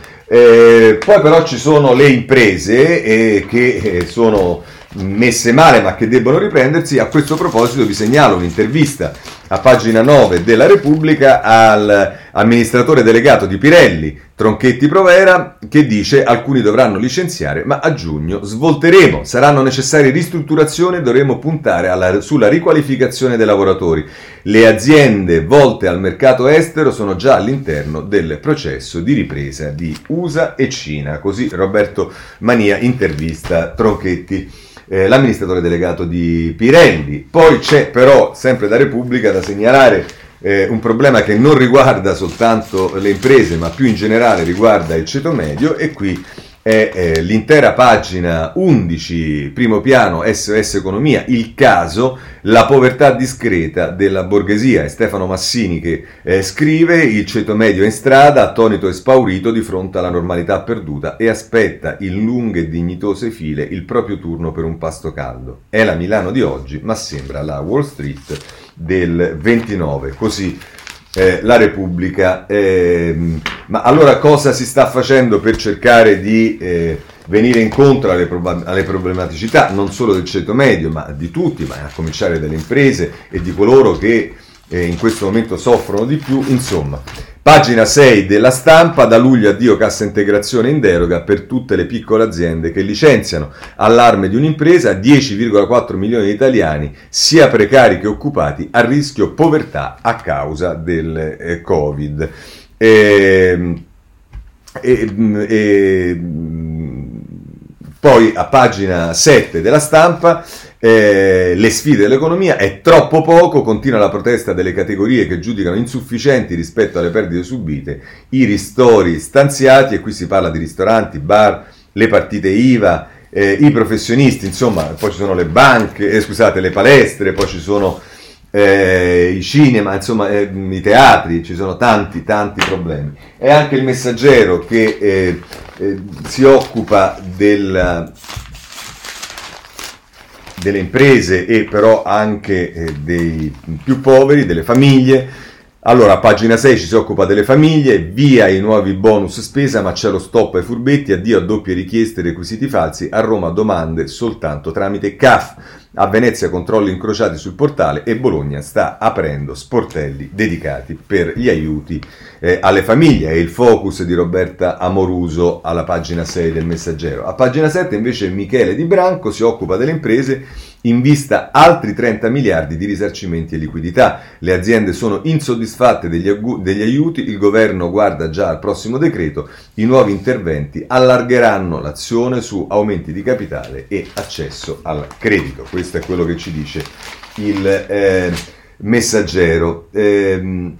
Eh, poi però ci sono le imprese eh, che eh, sono messe male ma che debbono riprendersi. A questo proposito vi segnalo un'intervista a pagina nove della Repubblica all'amministratore delegato di Pirelli, Tronchetti Provera, che dice: alcuni dovranno licenziare ma a giugno svolteremo, saranno necessarie ristrutturazioni e dovremo puntare alla, sulla riqualificazione dei lavoratori. Le aziende volte al mercato estero sono già all'interno del processo di ripresa di U S A e Cina. Così Roberto Mania intervista Tronchetti, Eh, l'amministratore delegato di Pirelli. Poi c'è però, sempre da Repubblica, da segnalare eh, un problema che non riguarda soltanto le imprese ma più in generale riguarda il ceto medio, e qui è eh, l'intera pagina undici, primo piano, S O S Economia, il caso, la povertà discreta della borghesia. È Stefano Massini che eh, scrive: il ceto medio è in strada, attonito e spaurito di fronte alla normalità perduta, e aspetta in lunghe e dignitose file il proprio turno per un pasto caldo. È la Milano di oggi, ma sembra la Wall Street del ventinove. Così Eh, la Repubblica. Eh, ma allora cosa si sta facendo per cercare di eh, venire incontro alle, prob- alle problematicità non solo del ceto medio ma di tutti, ma a cominciare dalle imprese e di coloro che eh, in questo momento soffrono di più? Insomma, pagina sei della Stampa: da luglio addio cassa integrazione in deroga per tutte le piccole aziende che licenziano. Allarme di un'impresa: dieci virgola quattro milioni di italiani, sia precari che occupati, a rischio povertà a causa del eh, Covid. E, e, e, poi a pagina sette della Stampa: Eh, le sfide dell'economia, è troppo poco, continua la protesta delle categorie che giudicano insufficienti rispetto alle perdite subite i ristori stanziati, e qui si parla di ristoranti, bar, le partite I V A, eh, i professionisti, insomma. Poi ci sono le banche, eh, scusate, le palestre, poi ci sono eh, i cinema, insomma, eh, i teatri, ci sono tanti tanti problemi. E anche il Messaggero che eh, eh, si occupa del delle imprese e però anche eh, dei più poveri, delle famiglie. Allora, a pagina sei ci si occupa delle famiglie, via i nuovi bonus spesa, ma c'è lo stop ai furbetti, addio a doppie richieste e requisiti falsi, a Roma domande soltanto tramite C A F, a Venezia controlli incrociati sul portale e Bologna sta aprendo sportelli dedicati per gli aiuti eh, alle famiglie. È il focus di Roberta Amoruso alla pagina sei del Messaggero. A pagina sette invece Michele Di Branco si occupa delle imprese, in vista altri trenta miliardi di risarcimenti e liquidità. Le aziende sono insoddisfatte degli, agu- degli aiuti, il governo guarda già al prossimo decreto, i nuovi interventi allargheranno l'azione su aumenti di capitale e accesso al credito. Questo è quello che ci dice il eh, Messaggero. Ehm,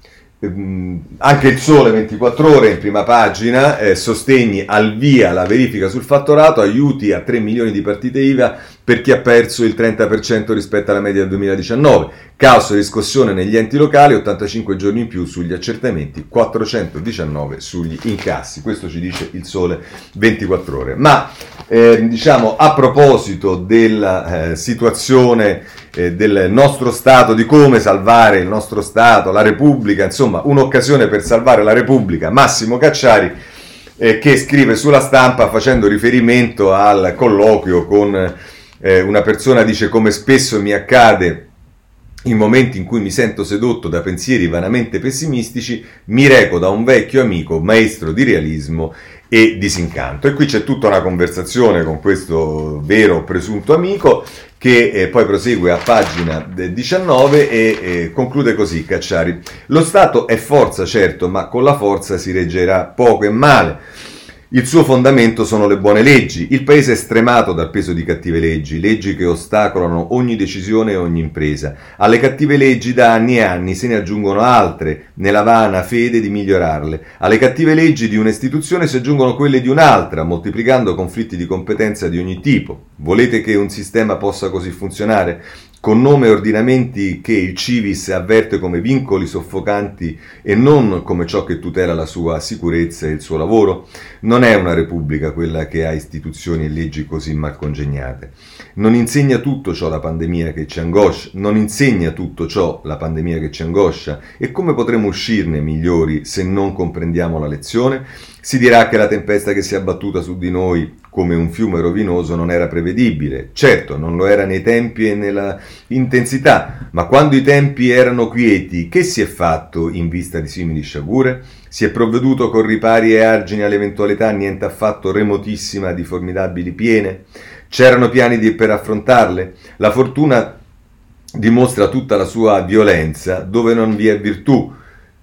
Anche il Sole ventiquattro Ore in prima pagina, eh, sostegni al via la verifica sul fatturato, aiuti a tre milioni di partite I V A per chi ha perso il trenta per cento rispetto alla media del duemiladiciannove, caos e riscossione negli enti locali, ottantacinque giorni in più sugli accertamenti, quattrocentodiciannove sugli incassi. Questo ci dice il Sole ventiquattro Ore. Ma eh, diciamo a proposito della eh, situazione eh, del nostro Stato, di come salvare il nostro Stato, la Repubblica, insomma un'occasione per salvare la Repubblica, Massimo Cacciari, eh, che scrive sulla Stampa facendo riferimento al colloquio con eh, una persona, dice: come spesso mi accade in momenti in cui mi sento sedotto da pensieri vanamente pessimistici, mi reco da un vecchio amico, maestro di realismo e disincanto. E qui c'è tutta una conversazione con questo vero o presunto amico, che eh, poi prosegue a pagina diciannove e eh, conclude così Cacciari: lo Stato è forza, certo, ma con la forza si reggerà poco e male. Il suo fondamento sono le buone leggi. Il paese è stremato dal peso di cattive leggi, leggi che ostacolano ogni decisione e ogni impresa. Alle cattive leggi da anni e anni se ne aggiungono altre, nella vana fede di migliorarle. Alle cattive leggi di un'istituzione si aggiungono quelle di un'altra, moltiplicando conflitti di competenza di ogni tipo. Volete che un sistema possa così funzionare? Con nome e ordinamenti che il Civis avverte come vincoli soffocanti e non come ciò che tutela la sua sicurezza e il suo lavoro? Non è una repubblica quella che ha istituzioni e leggi così mal congegnate. Non insegna tutto ciò la pandemia che ci angoscia, non insegna tutto ciò la pandemia che ci angoscia, e come potremo uscirne migliori se non comprendiamo la lezione? Si dirà che la tempesta che si è abbattuta su di noi come un fiume rovinoso non era prevedibile. Certo, non lo era nei tempi e nella intensità, ma quando i tempi erano quieti, che si è fatto in vista di simili sciagure? Si è provveduto con ripari e argini all'eventualità niente affatto remotissima di formidabili piene? C'erano piani di, per affrontarle? La fortuna dimostra tutta la sua violenza dove non vi è virtù,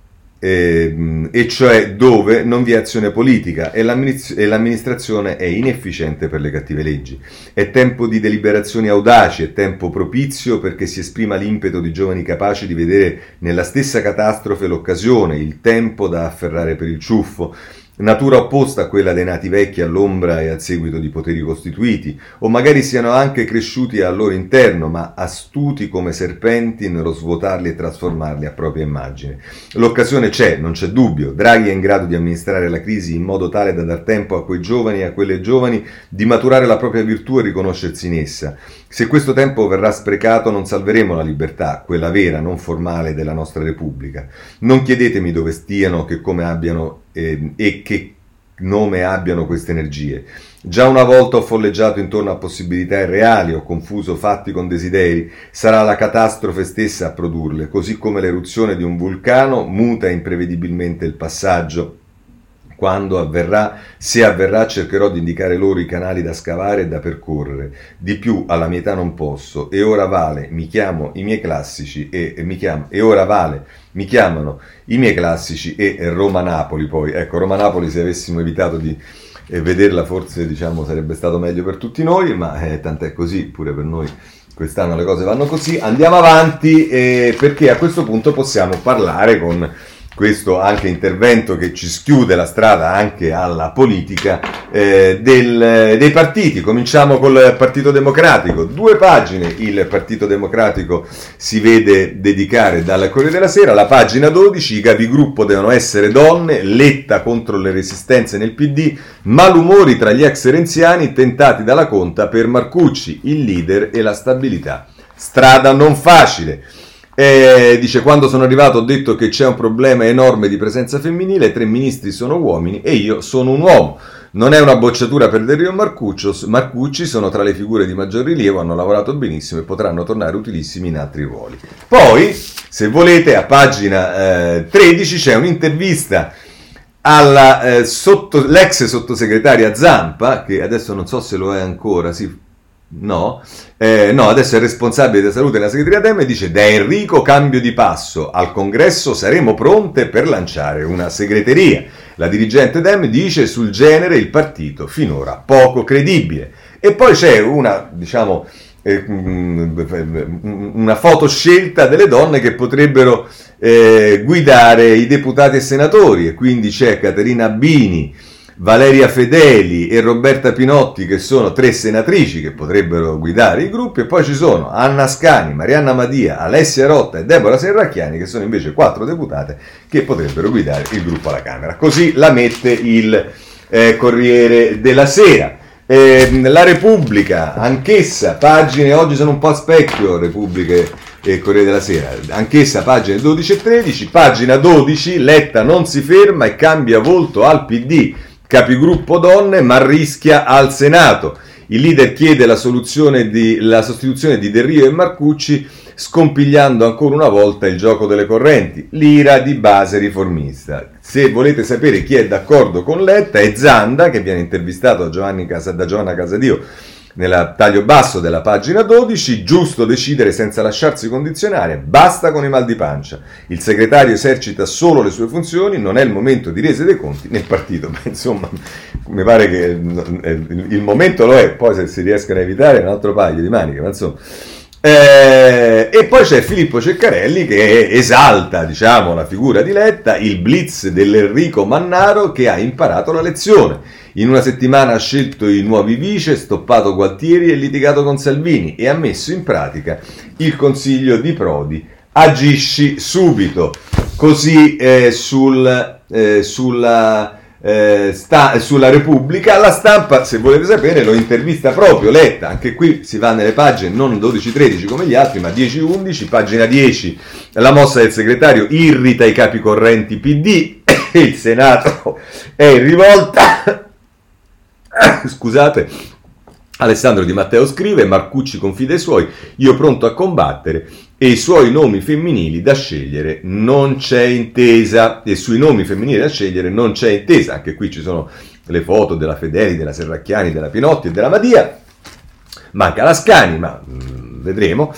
Eh, e cioè dove non vi è azione politica e, l'amministra- e l'amministrazione è inefficiente per le cattive leggi. È tempo di deliberazioni audaci, è tempo propizio perché si esprima l'impeto di giovani capaci di vedere nella stessa catastrofe l'occasione, il tempo da afferrare per il ciuffo. Natura opposta a quella dei nati vecchi all'ombra e al seguito di poteri costituiti, o magari siano anche cresciuti al loro interno, ma astuti come serpenti nello svuotarli e trasformarli a propria immagine. L'occasione c'è, non c'è dubbio. Draghi è in grado di amministrare la crisi in modo tale da dar tempo a quei giovani e a quelle giovani di maturare la propria virtù e riconoscersi in essa. Se questo tempo verrà sprecato non salveremo la libertà, quella vera, non formale, della nostra Repubblica. Non chiedetemi dove stiano, che come abbiano eh, e che nome abbiano queste energie. Già una volta ho folleggiato intorno a possibilità irreali, ho confuso fatti con desideri, sarà la catastrofe stessa a produrle, così come l'eruzione di un vulcano muta imprevedibilmente il passaggio. Quando avverrà, se avverrà, cercherò di indicare loro i canali da scavare e da percorrere. Di più alla mia età non posso. E ora vale, mi chiamo i miei classici e, e mi chiamo e ora vale, mi chiamano i miei classici e Roma-Napoli poi. Ecco, Roma-Napoli, se avessimo evitato di eh, vederla forse, diciamo, sarebbe stato meglio per tutti noi, ma eh, tant'è così, pure per noi quest'anno le cose vanno così. Andiamo avanti eh, perché a questo punto possiamo parlare con questo anche intervento che ci schiude la strada anche alla politica eh, del, dei partiti. Cominciamo col Partito Democratico. Due pagine il Partito Democratico si vede dedicare dal Corriere della Sera. La pagina dodici, i capigruppo devono essere donne, Letta contro le resistenze nel P D, malumori tra gli ex renziani tentati dalla Conta per Marcucci, il leader e la stabilità. Strada non facile. Eh, dice: quando sono arrivato ho detto che c'è un problema enorme di presenza femminile, tre ministri sono uomini e io sono un uomo. Non è una bocciatura per Del Rio e Marcucci, sono tra le figure di maggior rilievo, hanno lavorato benissimo e potranno tornare utilissimi in altri ruoli. Poi, se volete, a pagina eh, tredici c'è un'intervista alla eh, sotto, l'ex sottosegretaria Zampa, che adesso non so se lo è ancora, sì, no, eh, no, adesso è responsabile della salute nella segreteria Dem, e dice: da Enrico cambio di passo, al congresso saremo pronte per lanciare una segreteria. La dirigente Dem dice sul genere il partito finora poco credibile. E poi c'è una, diciamo, eh, una foto scelta delle donne che potrebbero eh, guidare i deputati e senatori, e quindi c'è Caterina Bini, Valeria Fedeli e Roberta Pinotti, che sono tre senatrici che potrebbero guidare i gruppi, e poi ci sono Anna Ascani, Marianna Madia, Alessia Rotta e Deborah Serracchiani, che sono invece quattro deputate che potrebbero guidare il gruppo alla Camera. Così la mette il eh, Corriere della Sera. Eh, la Repubblica, anch'essa, pagine, oggi sono un po' a specchio, Repubblica e Corriere della Sera, anch'essa pagine dodici e tredici, pagina dodici, Letta non si ferma e cambia volto al P D. Capigruppo donne, ma rischia al Senato. Il leader chiede la, soluzione di, la sostituzione di Del Rio e Marcucci, scompigliando ancora una volta il gioco delle correnti. L'ira di base riformista. Se volete sapere chi è d'accordo con Letta, è Zanda, che viene intervistato da, Giovanni Casa, da Giovanna Casadio nel taglio basso della pagina dodici. Giusto decidere senza lasciarsi condizionare, basta con i mal di pancia. Il segretario esercita solo le sue funzioni, non è il momento di rese dei conti nel partito. Beh, insomma, mi pare che il momento lo è, poi se si riescono a evitare è un altro paio di maniche, ma insomma. Eh, e poi c'è Filippo Ceccarelli che esalta, diciamo, la figura di Letta, il blitz dell'Enrico Mannaro che ha imparato la lezione. In una settimana ha scelto i nuovi vice, stoppato Gualtieri e litigato con Salvini, e ha messo in pratica il consiglio di Prodi: agisci subito. Così eh, sul, eh, sulla, eh, sta, sulla Repubblica. La Stampa, se volete sapere, lo intervista proprio Letta. Anche qui si va nelle pagine non dodici tredici come gli altri, ma dieci undici. Pagina dieci, la mossa del segretario irrita i capi correnti P D e il Senato è in rivolta. Scusate, Alessandro Di Matteo scrive: Marcucci confida ai suoi, io pronto a combattere, e i suoi nomi femminili da scegliere non c'è intesa. E sui nomi femminili da scegliere non c'è intesa. Anche qui ci sono le foto della Fedeli, della Serracchiani, della Pinotti e della Madia. Manca la Scani, ma mh, vedremo.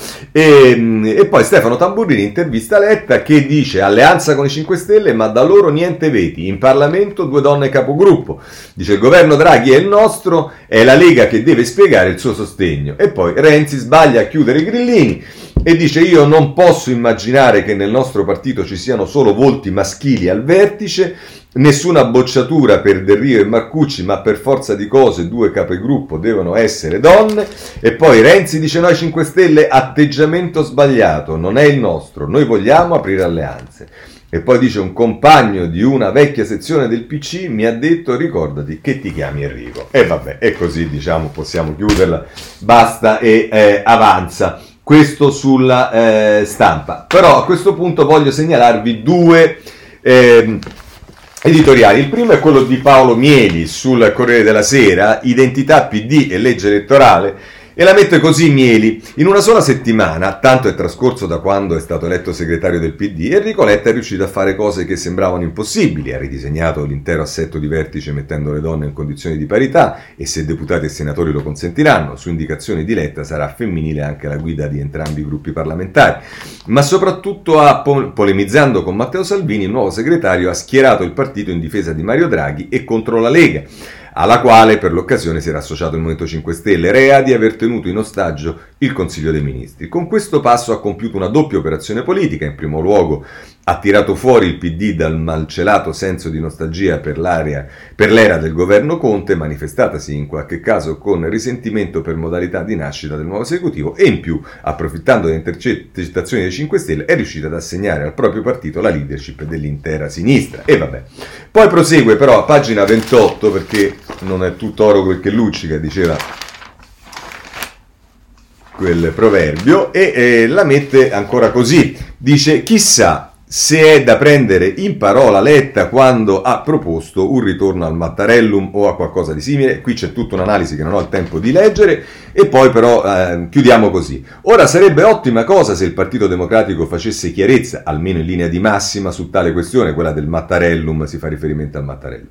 E, e poi Stefano Tamburrini intervista Letta, che dice: alleanza con i cinque Stelle, ma da loro niente veti. In Parlamento due donne capogruppo. Dice: il governo Draghi è il nostro, è la Lega che deve spiegare il suo sostegno. E poi Renzi sbaglia a chiudere i grillini e dice: io non posso immaginare che nel nostro partito ci siano solo volti maschili al vertice. Nessuna bocciatura per Del Rio e Marcucci, ma per forza di cose due capigruppo devono essere donne. E poi Renzi dice: noi cinque Stelle, atteggiamento sbagliato, non è il nostro, noi vogliamo aprire alleanze. E poi dice: un compagno di una vecchia sezione del P C mi ha detto: ricordati che ti chiami Enrico. E vabbè, e così, diciamo, possiamo chiuderla, basta e eh, avanza. Questo sulla eh, Stampa. Però a questo punto voglio segnalarvi due eh, editoriali. Il primo è quello di Paolo Mieli sul Corriere della Sera, identità P D e legge elettorale, e la mette così Mieli: in una sola settimana, tanto è trascorso da quando è stato eletto segretario del P D, Enrico Letta è riuscito a fare cose che sembravano impossibili. Ha ridisegnato l'intero assetto di vertice mettendo le donne in condizioni di parità, e se deputati e senatori lo consentiranno, su indicazioni di Letta sarà femminile anche la guida di entrambi i gruppi parlamentari. Ma soprattutto ha, polemizzando con Matteo Salvini, il nuovo segretario ha schierato il partito in difesa di Mario Draghi e contro la Lega, alla quale per l'occasione si era associato il Movimento cinque Stelle, rea di aver tenuto in ostaggio il Consiglio dei Ministri. Con questo passo ha compiuto una doppia operazione politica. In primo luogo ha tirato fuori il P D dal malcelato senso di nostalgia per, l'area, per l'era del governo Conte, manifestatasi in qualche caso con risentimento per modalità di nascita del nuovo esecutivo, e in più, approfittando delle intercettazioni dei cinque Stelle, è riuscita ad assegnare al proprio partito la leadership dell'intera sinistra. E vabbè. Poi prosegue però a pagina ventotto, perché non è tutto oro quel che luccica, diceva quel proverbio, e eh, la mette ancora così, dice: chissà se è da prendere in parola Letta quando ha proposto un ritorno al Mattarellum o a qualcosa di simile. Qui c'è tutta un'analisi che non ho il tempo di leggere, e poi però eh, chiudiamo così. Ora, sarebbe ottima cosa se il Partito Democratico facesse chiarezza, almeno in linea di massima, su tale questione, quella del Mattarellum, si fa riferimento al Mattarellum,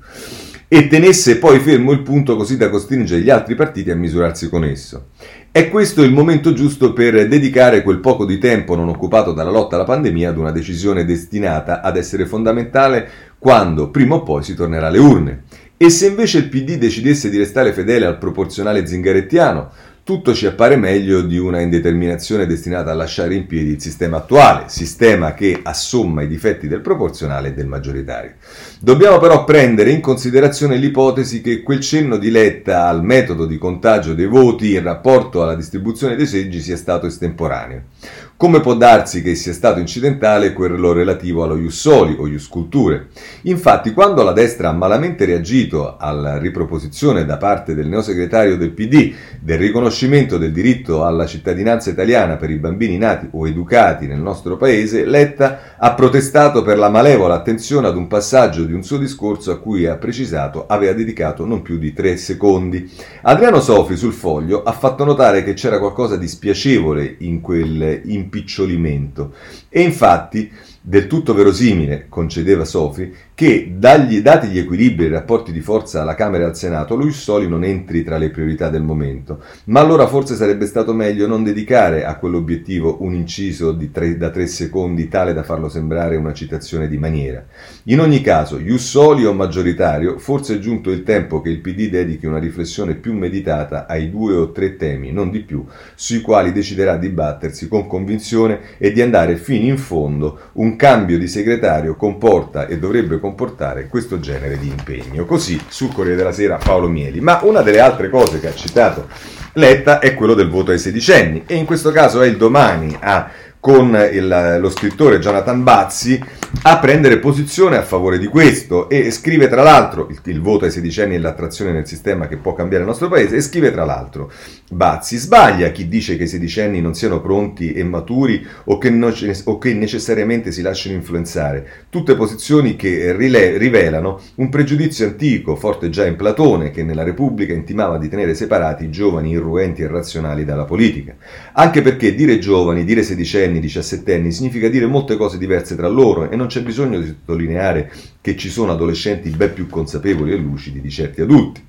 e tenesse poi fermo il punto così da costringere gli altri partiti a misurarsi con esso. È questo il momento giusto per dedicare quel poco di tempo non occupato dalla lotta alla pandemia ad una decisione destinata ad essere fondamentale quando prima o poi si tornerà alle urne. E se invece il P D decidesse di restare fedele al proporzionale zingarettiano, tutto ci appare meglio di una indeterminazione destinata a lasciare in piedi il sistema attuale, sistema che assomma i difetti del proporzionale e del maggioritario. Dobbiamo però prendere in considerazione l'ipotesi che quel cenno di Letta al metodo di contagio dei voti in rapporto alla distribuzione dei seggi sia stato estemporaneo. Come può darsi che sia stato incidentale quello relativo allo ius soli o ius culturae? Infatti, quando la destra ha malamente reagito alla riproposizione da parte del neosegretario del P D del riconoscimento del diritto alla cittadinanza italiana per i bambini nati o educati nel nostro paese, Letta ha protestato per la malevola attenzione ad un passaggio di un suo discorso a cui, ha precisato, aveva dedicato non più di tre secondi. Adriano Sofri sul Foglio ha fatto notare che c'era qualcosa di spiacevole in quel impicciolimento, e infatti del tutto verosimile, concedeva Sofri, che dagli, dati gli equilibri e i rapporti di forza alla Camera e al Senato, lo ius soli non entri tra le priorità del momento. Ma allora forse sarebbe stato meglio non dedicare a quell'obiettivo un inciso di tre, da tre secondi tale da farlo sembrare una citazione di maniera. In ogni caso, ius soli o maggioritario, forse è giunto il tempo che il P D dedichi una riflessione più meditata ai due o tre temi, non di più, sui quali deciderà di battersi con convinzione e di andare fino in fondo. Un cambio di segretario comporta e dovrebbe comportare questo genere di impegno. Così sul Corriere della Sera Paolo Mieli. Ma una delle altre cose che ha citato Letta è quello del voto ai sedicenni, e in questo caso è il Domani a con il, lo scrittore Jonathan Bazzi a prendere posizione a favore di questo, e scrive tra l'altro il, il voto ai sedicenni e l'attrazione nel sistema che può cambiare il nostro paese, e scrive tra l'altro: Bazzi, sbaglia chi dice che i sedicenni non siano pronti e maturi o che, no, o che necessariamente si lasciano influenzare, tutte posizioni che rile, rivelano un pregiudizio antico, forte già in Platone, che nella Repubblica intimava di tenere separati i giovani irruenti e razionali dalla politica, anche perché dire giovani, dire sedicenni, diciassettenni significa dire molte cose diverse tra loro, e non c'è bisogno di sottolineare che ci sono adolescenti ben più consapevoli e lucidi di certi adulti.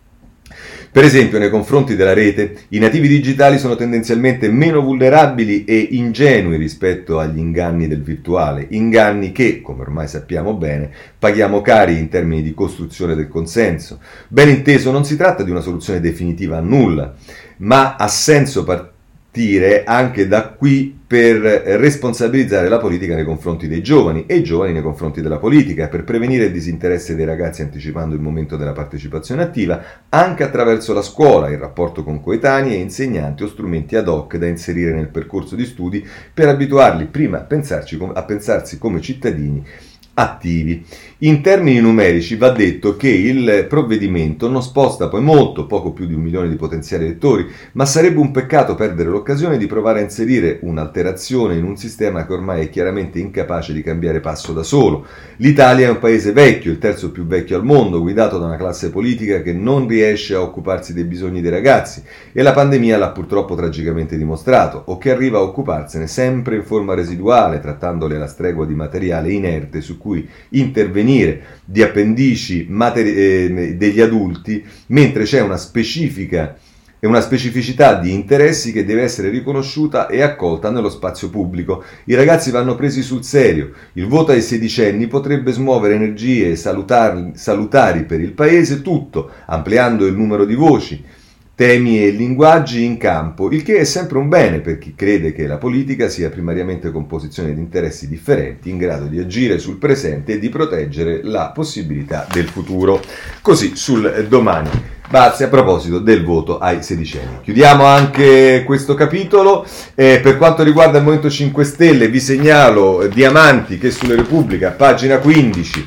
Per esempio, nei confronti della rete, i nativi digitali sono tendenzialmente meno vulnerabili e ingenui rispetto agli inganni del virtuale, inganni che, come ormai sappiamo bene, paghiamo cari in termini di costruzione del consenso. Ben inteso, non si tratta di una soluzione definitiva a nulla, ma ha senso partire anche da qui per responsabilizzare la politica nei confronti dei giovani e i giovani nei confronti della politica, per prevenire il disinteresse dei ragazzi anticipando il momento della partecipazione attiva, anche attraverso la scuola, il rapporto con coetanei e insegnanti o strumenti ad hoc da inserire nel percorso di studi per abituarli prima a, pensarci, a pensarsi come cittadini attivi. In termini numerici va detto che il provvedimento non sposta poi molto, poco più di un milione di potenziali elettori, ma sarebbe un peccato perdere l'occasione di provare a inserire un'alterazione in un sistema che ormai è chiaramente incapace di cambiare passo da solo. L'Italia è un paese vecchio, il terzo più vecchio al mondo, guidato da una classe politica che non riesce a occuparsi dei bisogni dei ragazzi, e la pandemia l'ha purtroppo tragicamente dimostrato, o che arriva a occuparsene sempre in forma residuale, trattandole alla stregua di materiale inerte su cui intervenire, di appendici materi- eh, degli adulti, mentre c'è una specifica e una specificità di interessi che deve essere riconosciuta e accolta nello spazio pubblico. I ragazzi vanno presi sul serio. Il voto ai sedicenni potrebbe smuovere energie salutari, salutari per il paese tutto, ampliando il numero di voci, temi e linguaggi in campo, il che è sempre un bene per chi crede che la politica sia primariamente composizione di interessi differenti, in grado di agire sul presente e di proteggere la possibilità del futuro. Così sul Domani Bazzi a proposito del voto ai sedicenni. Chiudiamo anche questo capitolo. Eh, per quanto riguarda il Movimento cinque Stelle, vi segnalo eh, Diamanti che sulla Repubblica, pagina quindici,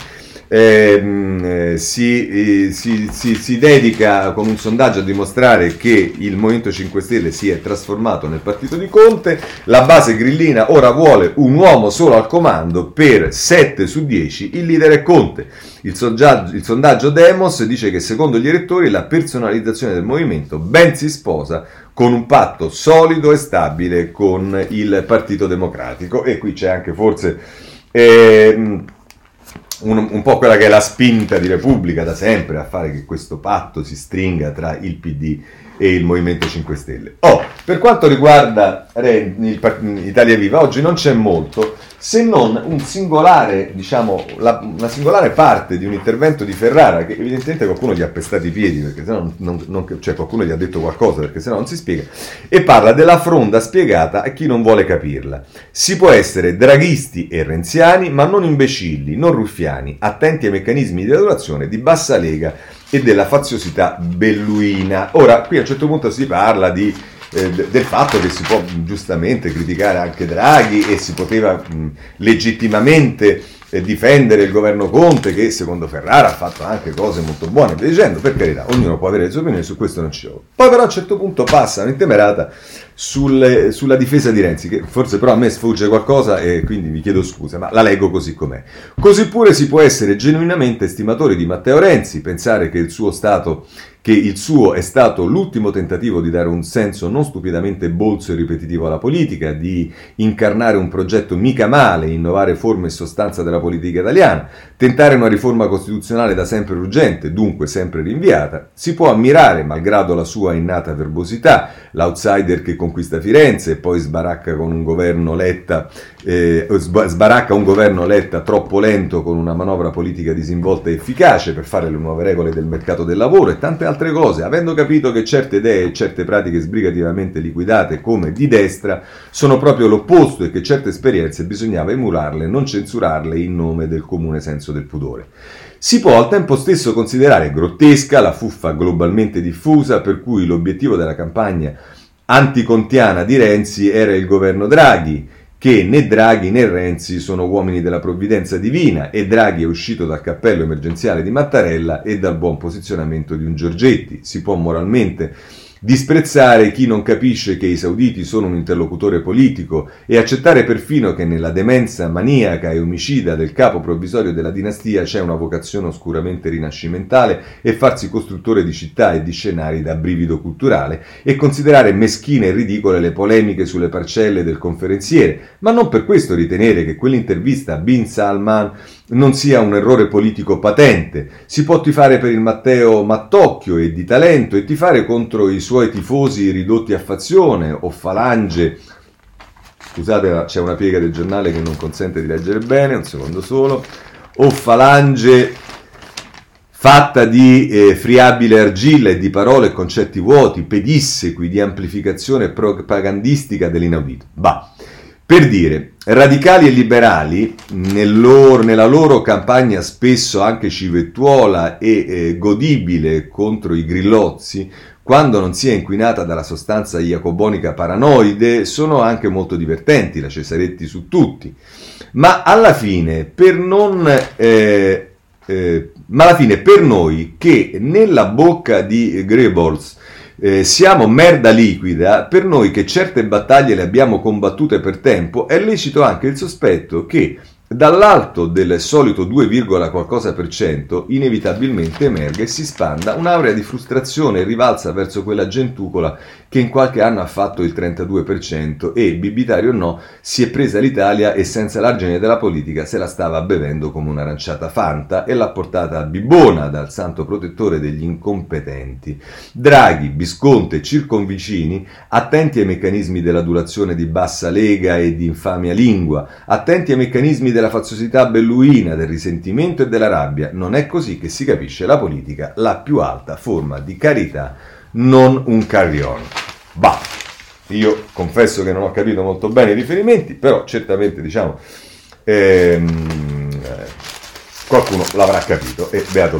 ehm, eh, si, eh, si, si, si dedica con un sondaggio a dimostrare che il Movimento cinque Stelle si è trasformato nel partito di Conte. La base grillina ora vuole un uomo solo al comando, per sette su dieci il leader è Conte. Il sondaggio, il sondaggio Demos dice che secondo gli elettori la personalizzazione del movimento ben si sposa con un patto solido e stabile con il Partito Democratico, e qui c'è anche forse eh, un, un po' quella che è la spinta di Repubblica da sempre a fare che questo patto si stringa tra il P D e il Movimento cinque Stelle. Oh, per quanto riguarda il Italia Viva, oggi non c'è molto, se non un singolare, diciamo, la, una singolare parte di un intervento di Ferrara, che evidentemente qualcuno gli ha pestato i piedi, perché sennò non, non, non, cioè qualcuno gli ha detto qualcosa, perché sennò non si spiega, e parla della fronda spiegata a chi non vuole capirla. Si può essere draghisti e renziani, ma non imbecilli, non ruffiani, attenti ai meccanismi di adorazione di bassa lega e della faziosità belluina. Ora, qui a un certo punto si parla di Eh, del fatto che si può giustamente criticare anche Draghi e si poteva mh, legittimamente eh, difendere il governo Conte, che secondo Ferrara ha fatto anche cose molto buone, via dicendo, per carità, ognuno può avere le sue opinioni, su questo non ci sono. Poi però a un certo punto passa un'intemerata sulle, sulla difesa di Renzi, che forse però a me sfugge qualcosa e quindi vi chiedo scusa, ma la leggo così com'è. Così pure si può essere genuinamente estimatori di Matteo Renzi, pensare che il suo stato che il suo è stato l'ultimo tentativo di dare un senso non stupidamente bolso e ripetitivo alla politica, di incarnare un progetto mica male, innovare forme e sostanza della politica italiana, tentare una riforma costituzionale da sempre urgente, dunque sempre rinviata. Si può ammirare, malgrado la sua innata verbosità, l'outsider che conquista Firenze e poi sbaracca con un governo Letta, eh, sbaracca un governo Letta troppo lento con una manovra politica disinvolta e efficace per fare le nuove regole del mercato del lavoro e tante altre cose, avendo capito che certe idee e certe pratiche sbrigativamente liquidate come di destra sono proprio l'opposto e che certe esperienze bisognava emularle, non censurarle in nome del comune senso del pudore. Si può al tempo stesso considerare grottesca la fuffa globalmente diffusa per cui l'obiettivo della campagna anticontiana di Renzi era il governo Draghi, che né Draghi né Renzi sono uomini della provvidenza divina e Draghi è uscito dal cappello emergenziale di Mattarella e dal buon posizionamento di un Giorgetti. Si può moralmente disprezzare chi non capisce che i sauditi sono un interlocutore politico e accettare perfino che nella demenza maniaca e omicida del capo provvisorio della dinastia c'è una vocazione oscuramente rinascimentale e farsi costruttore di città e di scenari da brivido culturale e considerare meschine e ridicole le polemiche sulle parcelle del conferenziere, ma non per questo ritenere che quell'intervista a Bin Salman non sia un errore politico patente. Si può tifare per il Matteo Mattocchio e di talento e tifare contro i suoi tifosi ridotti a fazione o falange. Scusate, c'è una piega del giornale che non consente di leggere bene, un secondo solo. O falange fatta di eh, friabile argilla e di parole e concetti vuoti, pedissequi di amplificazione propagandistica dell'inaudito. Bah. Per dire, radicali e liberali, nel loro, nella loro campagna spesso anche civettuola e eh, godibile contro i grillozzi, quando non sia inquinata dalla sostanza jacobonica paranoide, sono anche molto divertenti, la Cesaretti su tutti. Ma alla fine, per non... Eh, eh, ma alla fine, per noi che nella bocca di Goebbels Eh, siamo merda liquida, per noi che certe battaglie le abbiamo combattute per tempo, è lecito anche il sospetto che dall'alto del solito due, qualcosa per cento inevitabilmente emerga e si spanda un'aurea di frustrazione e rivalsa verso quella gentucola che in qualche anno ha fatto il trentadue per cento e, bibitario o no, si è presa l'Italia e senza l'argine della politica se la stava bevendo come un'aranciata Fanta e l'ha portata a Bibbona dal santo protettore degli incompetenti. Draghi, Visconti e circonvicini, attenti ai meccanismi dell'adulazione di bassa lega e di infamia lingua, attenti ai meccanismi della faziosità belluina, del risentimento e della rabbia. Non è così che si capisce la politica, la più alta forma di carità, non un carrion. Bah, io confesso che non ho capito molto bene i riferimenti, però certamente, diciamo, ehm, qualcuno l'avrà capito e beato lui.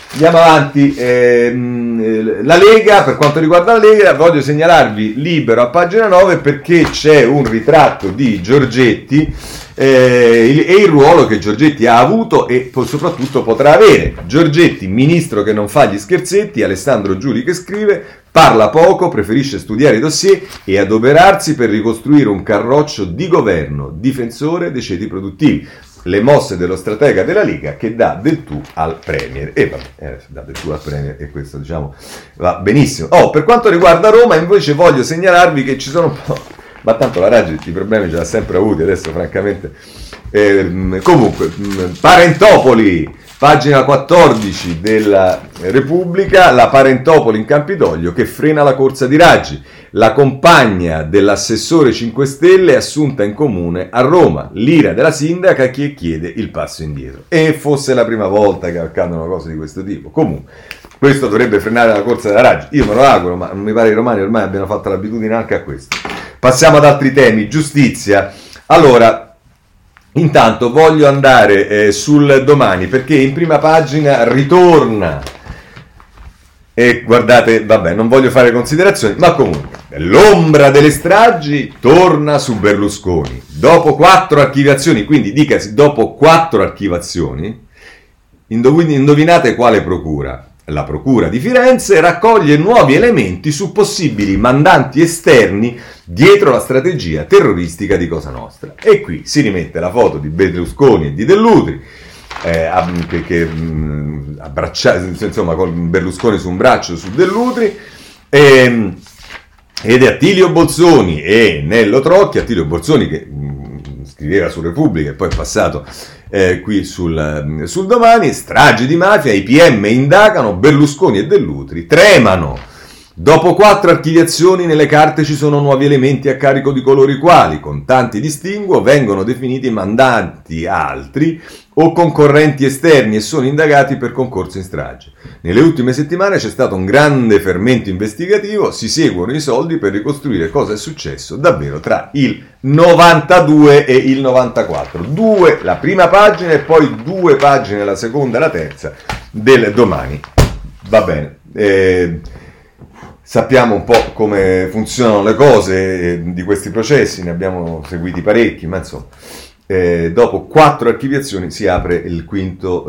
Andiamo avanti. Ehm, la Lega, per quanto riguarda la Lega, voglio segnalarvi Libero a pagina nove perché c'è un ritratto di Giorgetti eh, e il ruolo che Giorgetti ha avuto e poi soprattutto potrà avere. Giorgetti, ministro che non fa gli scherzetti, Alessandro Giuli che scrive: parla poco, preferisce studiare i dossier e adoperarsi per ricostruire un carroccio di governo, difensore dei ceti produttivi. Le mosse dello stratega della Lega che dà del tu al Premier. E vabbè, eh, dà del tu al Premier e questo diciamo va benissimo. Oh, per quanto riguarda Roma invece voglio segnalarvi che ci sono un po'... Ma tanto la Raggi i problemi ce l'ha sempre avuti, adesso francamente... Eh, comunque, Parentopoli... Pagina quattordici della Repubblica, la Parentopoli in Campidoglio che frena la corsa di Raggi. La compagna dell'assessore cinque Stelle è assunta in comune a Roma. L'ira della sindaca che chiede il passo indietro. E fosse la prima volta che accadono cose di questo tipo. Comunque, questo dovrebbe frenare la corsa della Raggi. Io me lo auguro, ma non mi pare che i romani ormai abbiano fatto l'abitudine anche a questo. Passiamo ad altri temi. Giustizia. Allora... Intanto voglio andare eh, sul Domani perché in prima pagina ritorna e guardate, vabbè, non voglio fare considerazioni, ma comunque l'ombra delle stragi torna su Berlusconi dopo quattro archiviazioni, quindi dicasi dopo quattro archiviazioni, indovinate quale procura? La Procura di Firenze raccoglie nuovi elementi su possibili mandanti esterni dietro la strategia terroristica di Cosa Nostra. E qui si rimette la foto di Berlusconi e di Dell'Utri, eh, che, che mh, abbracciati, insomma, con Berlusconi su un braccio su Dell'Utri, e, ed è Attilio Bolzoni e Nello Trocchi. Attilio Bolzoni che mh, scriveva su Repubblica e poi è passato Eh, qui sul, sul Domani. Stragi di mafia, i P M indagano, Berlusconi e Dell'Utri tremano. Dopo quattro archiviazioni nelle carte ci sono nuovi elementi a carico di coloro i quali, con tanti distinguo, vengono definiti mandanti altri o concorrenti esterni e sono indagati per concorso in strage. Nelle ultime settimane c'è stato un grande fermento investigativo, si seguono i soldi per ricostruire cosa è successo davvero tra il novantadue e il novantaquattro. Due la prima pagina e poi due pagine la seconda e la terza del Domani. Va bene. Eh, Sappiamo un po' come funzionano le cose di questi processi, ne abbiamo seguiti parecchi, ma insomma, eh, dopo quattro archiviazioni si apre il quinto,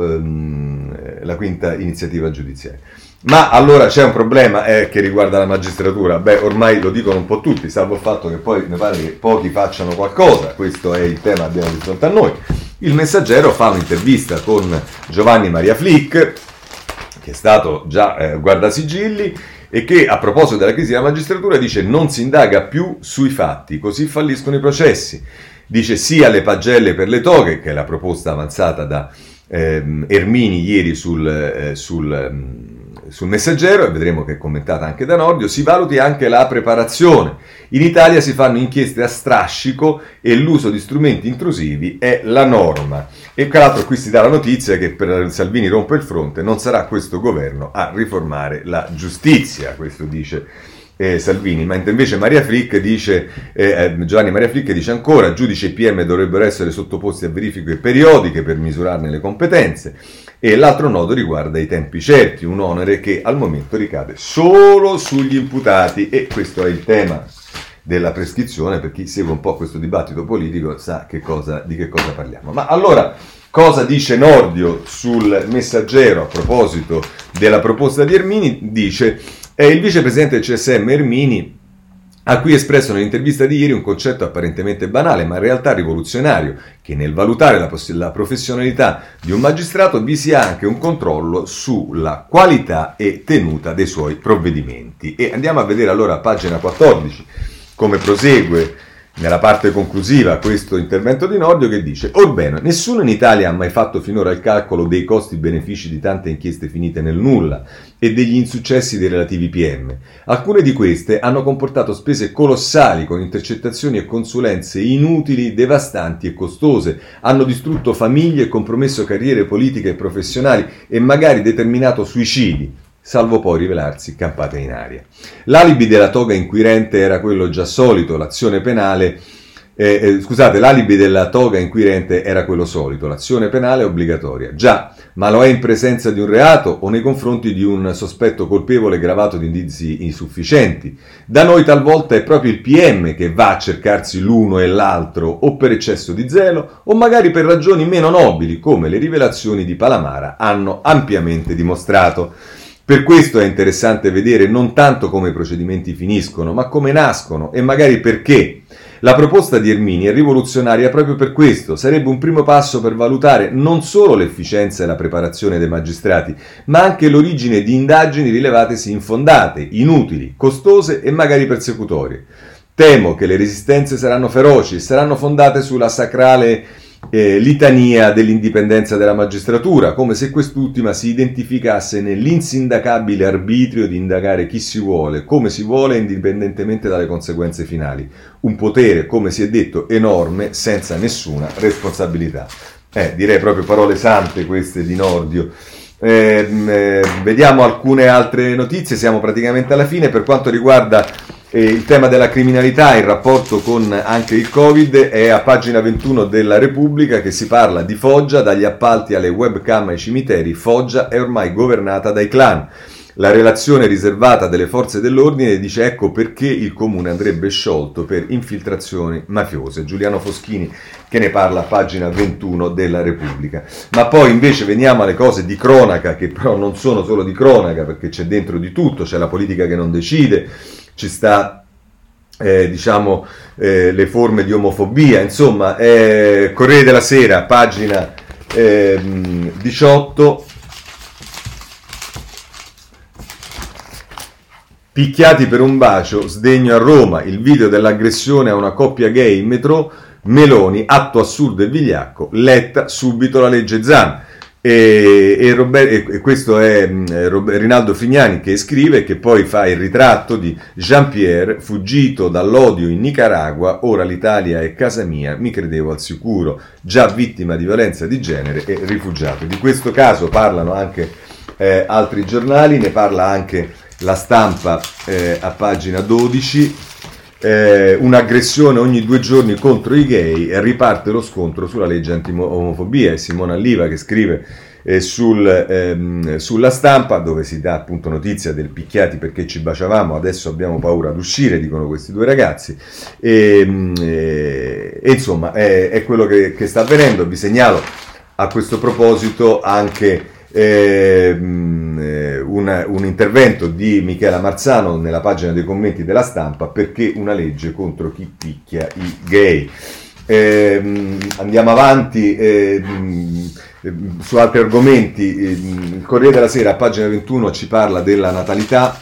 ehm, la quinta iniziativa giudiziaria. Ma allora c'è un problema eh, che riguarda la magistratura. Beh, ormai lo dicono un po' tutti, salvo il fatto che poi mi pare che pochi facciano qualcosa. Questo è il tema che abbiamo di fronte a noi. Il Messaggero fa un'intervista con Giovanni Maria Flick, che è stato già eh, guardasigilli, e che a proposito della crisi della magistratura dice: non si indaga più sui fatti, così falliscono i processi. Dice sì alle pagelle per le toghe, che è la proposta avanzata da ehm, Ermini ieri sul, eh, sul, ehm, sul Messaggero, e vedremo che è commentata anche da Nordio. Si valuti anche la preparazione. In Italia si fanno inchieste a strascico e l'uso di strumenti intrusivi è la norma. E tra l'altro qui si dà la notizia che per Salvini rompe il fronte, non sarà questo governo a riformare la giustizia, questo dice eh, Salvini, mentre invece Maria Flick dice, eh, Giovanni Maria Flick dice ancora: giudici e P M dovrebbero essere sottoposti a verifiche periodiche per misurarne le competenze. E l'altro nodo riguarda i tempi certi, un onere che al momento ricade solo sugli imputati, e questo è il tema della prescrizione. Per chi segue un po' questo dibattito politico sa che cosa, di che cosa parliamo. Ma allora, cosa dice Nordio sul Messaggero a proposito della proposta di Ermini? Dice: è il vicepresidente del C S M Ermini a cui espresso nell'intervista di ieri un concetto apparentemente banale ma in realtà rivoluzionario, che nel valutare la, poss- la professionalità di un magistrato vi sia anche un controllo sulla qualità e tenuta dei suoi provvedimenti. E andiamo a vedere allora a pagina quattordici come prosegue nella parte conclusiva questo intervento di Nordio, che dice: orbene, nessuno in Italia ha mai fatto finora il calcolo dei costi-benefici di tante inchieste finite nel nulla e degli insuccessi dei relativi P M. Alcune di queste hanno comportato spese colossali con intercettazioni e consulenze inutili, devastanti e costose, hanno distrutto famiglie e compromesso carriere politiche e professionali e magari determinato suicidi, salvo poi rivelarsi campate in aria. L'alibi della toga inquirente era quello già solito: l'azione penale Eh, eh, scusate, l'alibi della toga inquirente era quello solito, l'azione penale è obbligatoria. Già, ma lo è in presenza di un reato o nei confronti di un sospetto colpevole gravato di indizi insufficienti. Da noi talvolta è proprio il P M che va a cercarsi l'uno e l'altro, o per eccesso di zelo, o magari per ragioni meno nobili, come le rivelazioni di Palamara hanno ampiamente dimostrato. Per questo è interessante vedere non tanto come i procedimenti finiscono, ma come nascono e magari perché. La proposta di Ermini è rivoluzionaria proprio per questo, sarebbe un primo passo per valutare non solo l'efficienza e la preparazione dei magistrati, ma anche l'origine di indagini rilevatesi infondate, inutili, costose e magari persecutorie. Temo che le resistenze saranno feroci e saranno fondate sulla sacrale eh, litania dell'indipendenza della magistratura, come se quest'ultima si identificasse nell'insindacabile arbitrio di indagare chi si vuole, come si vuole, indipendentemente dalle conseguenze finali. Un potere, come si è detto, enorme, senza nessuna responsabilità. Eh, direi proprio parole sante queste di Nordio. Eh, eh, vediamo alcune altre notizie, siamo praticamente alla fine. Per quanto riguarda eh, il tema della criminalità in rapporto con anche il Covid, è a pagina ventuno della Repubblica che si parla di Foggia, dagli appalti alle webcam ai cimiteri. Foggia è ormai governata dai clan. La relazione riservata delle forze dell'ordine dice ecco perché il comune andrebbe sciolto per infiltrazioni mafiose. Giuliano Foschini che ne parla a pagina ventuno della Repubblica. Ma poi invece veniamo alle cose di cronaca, che però non sono solo di cronaca, perché c'è dentro di tutto, c'è la politica che non decide, ci sta eh, diciamo eh, le forme di omofobia, insomma, eh, Corriere della Sera, pagina eh, diciotto. Picchiati per un bacio, sdegno a Roma, il video dell'aggressione a una coppia gay in metro, Meloni, atto assurdo e vigliacco, Letta, subito la legge Zan. E, e, Robert, e questo è Rinaldo Frignani che scrive, che poi fa il ritratto di Jean-Pierre, fuggito dall'odio in Nicaragua, ora l'Italia è casa mia, mi credevo al sicuro, già vittima di violenza di genere e rifugiato. Di questo caso parlano anche eh, altri giornali, ne parla anche La Stampa eh, a pagina dodici, eh, un'aggressione ogni due giorni contro i gay e riparte lo scontro sulla legge anti-omofobia. È Simona Alliva che scrive eh, sul, ehm, sulla Stampa, dove si dà appunto notizia del picchiati perché ci baciavamo, adesso abbiamo paura ad uscire, dicono questi due ragazzi, e, e, e insomma è, è quello che, che sta avvenendo. Vi segnalo a questo proposito anche Eh, una, un intervento di Michela Marzano nella pagina dei commenti della Stampa, perché una legge contro chi picchia i gay. Eh, andiamo avanti eh, su altri argomenti. Il Corriere della Sera a pagina ventuno ci parla della natalità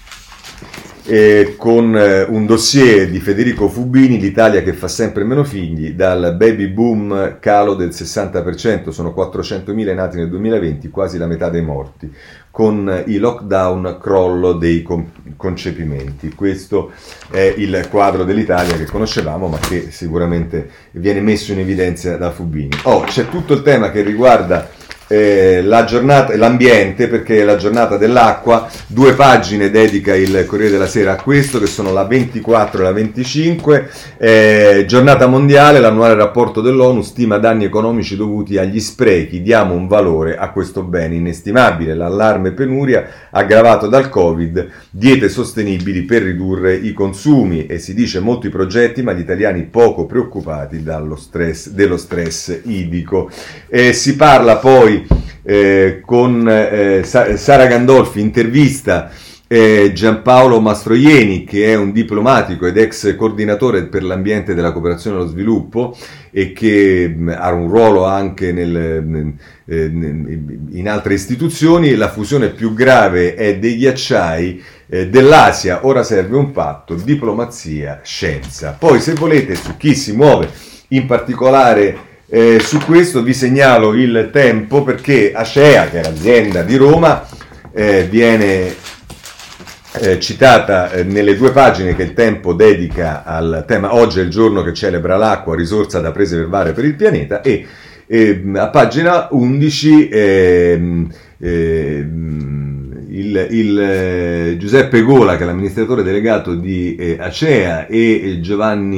eh, con eh, un dossier di Federico Fubini, l'Italia che fa sempre meno figli, dal baby boom calo del sessanta per cento, sono quattrocentomila nati nel duemilaventi, quasi la metà dei morti, con i lockdown crollo dei con- concepimenti. Questo è il quadro dell'Italia che conoscevamo, ma che sicuramente viene messo in evidenza da Fubini. Oh, c'è tutto il tema che riguarda Eh, la giornata, l'ambiente, perché è la giornata dell'acqua. Due pagine dedica il Corriere della Sera a questo, che sono la ventiquattro e la venticinque. Eh, giornata mondiale, l'annuale rapporto dell'ONU stima danni economici dovuti agli sprechi, diamo un valore a questo bene inestimabile, l'allarme penuria aggravato dal Covid, diete sostenibili per ridurre i consumi, e si dice molti progetti ma gli italiani poco preoccupati dallo stress, dello stress idrico. Eh, si parla poi Eh, con eh, Sara Gandolfi, intervista eh, Giampaolo Mastroieni, che è un diplomatico ed ex coordinatore per l'ambiente della cooperazione e lo sviluppo e che mh, ha un ruolo anche nel, nel, eh, in altre istituzioni. La fusione più grave è dei ghiacciai eh, dell'Asia, ora serve un patto, diplomazia, scienza. Poi se volete, su chi si muove in particolare Eh, su questo vi segnalo il Tempo, perché Acea, che è l'azienda di Roma, eh, viene eh, citata eh, nelle due pagine che il Tempo dedica al tema oggi è il giorno che celebra l'acqua, risorsa da preservare per il pianeta, e eh, a pagina undici eh, eh, il, il eh, Giuseppe Gola, che è l'amministratore delegato di eh, Acea, e eh, Giovanni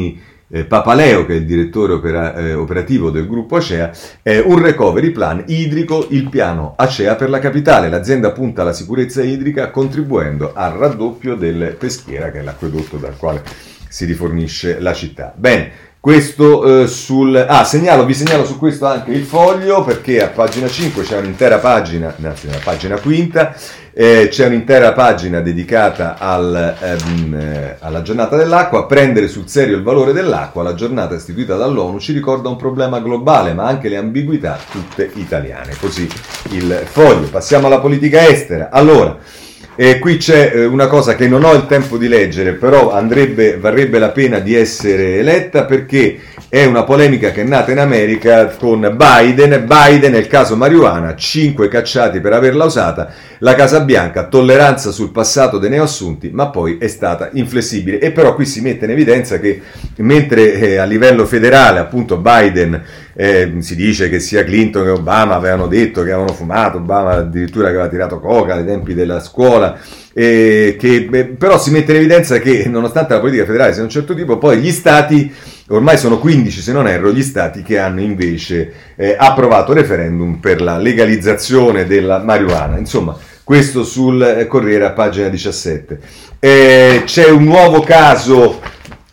eh, Papaleo, che è il direttore opera, eh, operativo del gruppo Acea, eh, un recovery plan idrico, il piano Acea per la capitale. L'azienda punta alla sicurezza idrica contribuendo al raddoppio del Peschiera, che è l'acquedotto dal quale si rifornisce la città. Bene. Questo eh, sul... Ah, segnalo, vi segnalo su questo anche il Foglio, perché a pagina cinque c'è un'intera pagina, anzi nella pagina quinta, eh, c'è un'intera pagina dedicata al, ehm, eh, alla giornata dell'acqua. Prendere sul serio il valore dell'acqua, la giornata istituita dall'ONU ci ricorda un problema globale, ma anche le ambiguità tutte italiane. Così il Foglio. Passiamo alla politica estera. Allora... E qui c'è eh, una cosa che non ho il tempo di leggere, però andrebbe, varrebbe la pena di essere letta, perché è una polemica che è nata in America con Biden. Biden, nel caso marijuana, cinque cacciati per averla usata, la Casa Bianca, tolleranza sul passato dei neoassunti, ma poi è stata inflessibile. E però qui si mette in evidenza che mentre eh, a livello federale appunto Biden eh, si dice che sia Clinton che Obama avevano detto che avevano fumato, Obama addirittura che aveva tirato coca ai tempi della scuola, eh, che beh, però si mette in evidenza che nonostante la politica federale sia di un certo tipo, poi gli stati, ormai sono quindici se non erro, gli stati che hanno invece eh, approvato referendum per la legalizzazione della marijuana. Insomma, questo sul eh, Corriere a pagina diciassette. Eh, c'è un nuovo caso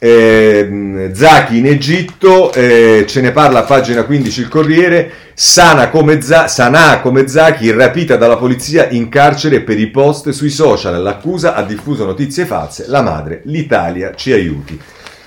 eh, Zaki in Egitto, eh, ce ne parla a pagina quindici il Corriere. Sana come Z- Sanaa come Zaki, rapita dalla polizia in carcere per i post sui social, l'accusa ha diffuso notizie false, la madre, l'Italia ci aiuti.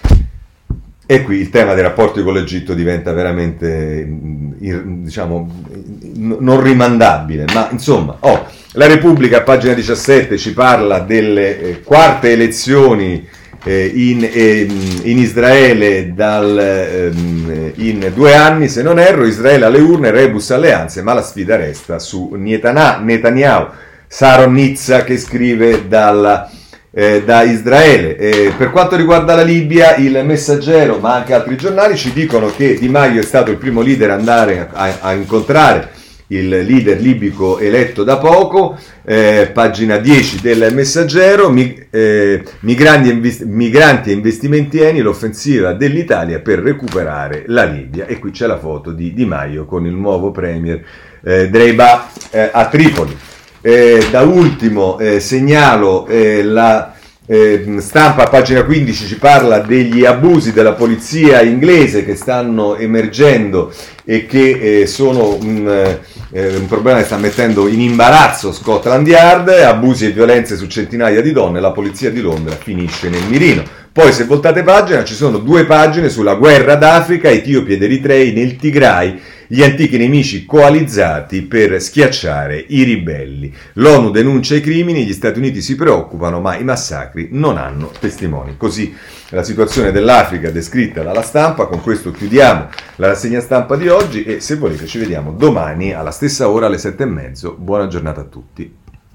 E qui il tema dei rapporti con l'Egitto diventa veramente, diciamo, non rimandabile, ma insomma, oh, la Repubblica a pagina diciassette ci parla delle eh, quarte elezioni eh, in, eh, in Israele dal, eh, in due anni, se non erro, Israele alle urne, rebus alleanze, ma la sfida resta su Netanyahu. Saron Nizza che scrive dalla... Eh, da Israele. Eh, per quanto riguarda la Libia, il Messaggero ma anche altri giornali ci dicono che Di Maio è stato il primo leader ad andare a, a incontrare il leader libico eletto da poco. Eh, pagina dieci del Messaggero, mi, eh, migranti, invest- migranti e investimenti Eni, l'offensiva dell'Italia per recuperare la Libia, e qui c'è la foto di Di Maio con il nuovo premier eh, Dreiba eh, a Tripoli. Eh, da ultimo eh, segnalo eh, la eh, Stampa a pagina quindici ci parla degli abusi della polizia inglese che stanno emergendo e che eh, sono un, eh, un problema che sta mettendo in imbarazzo Scotland Yard. Abusi e violenze su centinaia di donne, la polizia di Londra finisce nel mirino. Poi se voltate pagina ci sono due pagine sulla guerra d'Africa, Etiopi ed Eritrei nel Tigray, gli antichi nemici coalizzati per schiacciare i ribelli. L'ONU denuncia i crimini, gli Stati Uniti si preoccupano, ma i massacri non hanno testimoni. Così la situazione dell'Africa descritta dalla Stampa. Con questo chiudiamo la rassegna stampa di oggi e se volete ci vediamo domani alla stessa ora alle sette e mezzo. Buona giornata a tutti.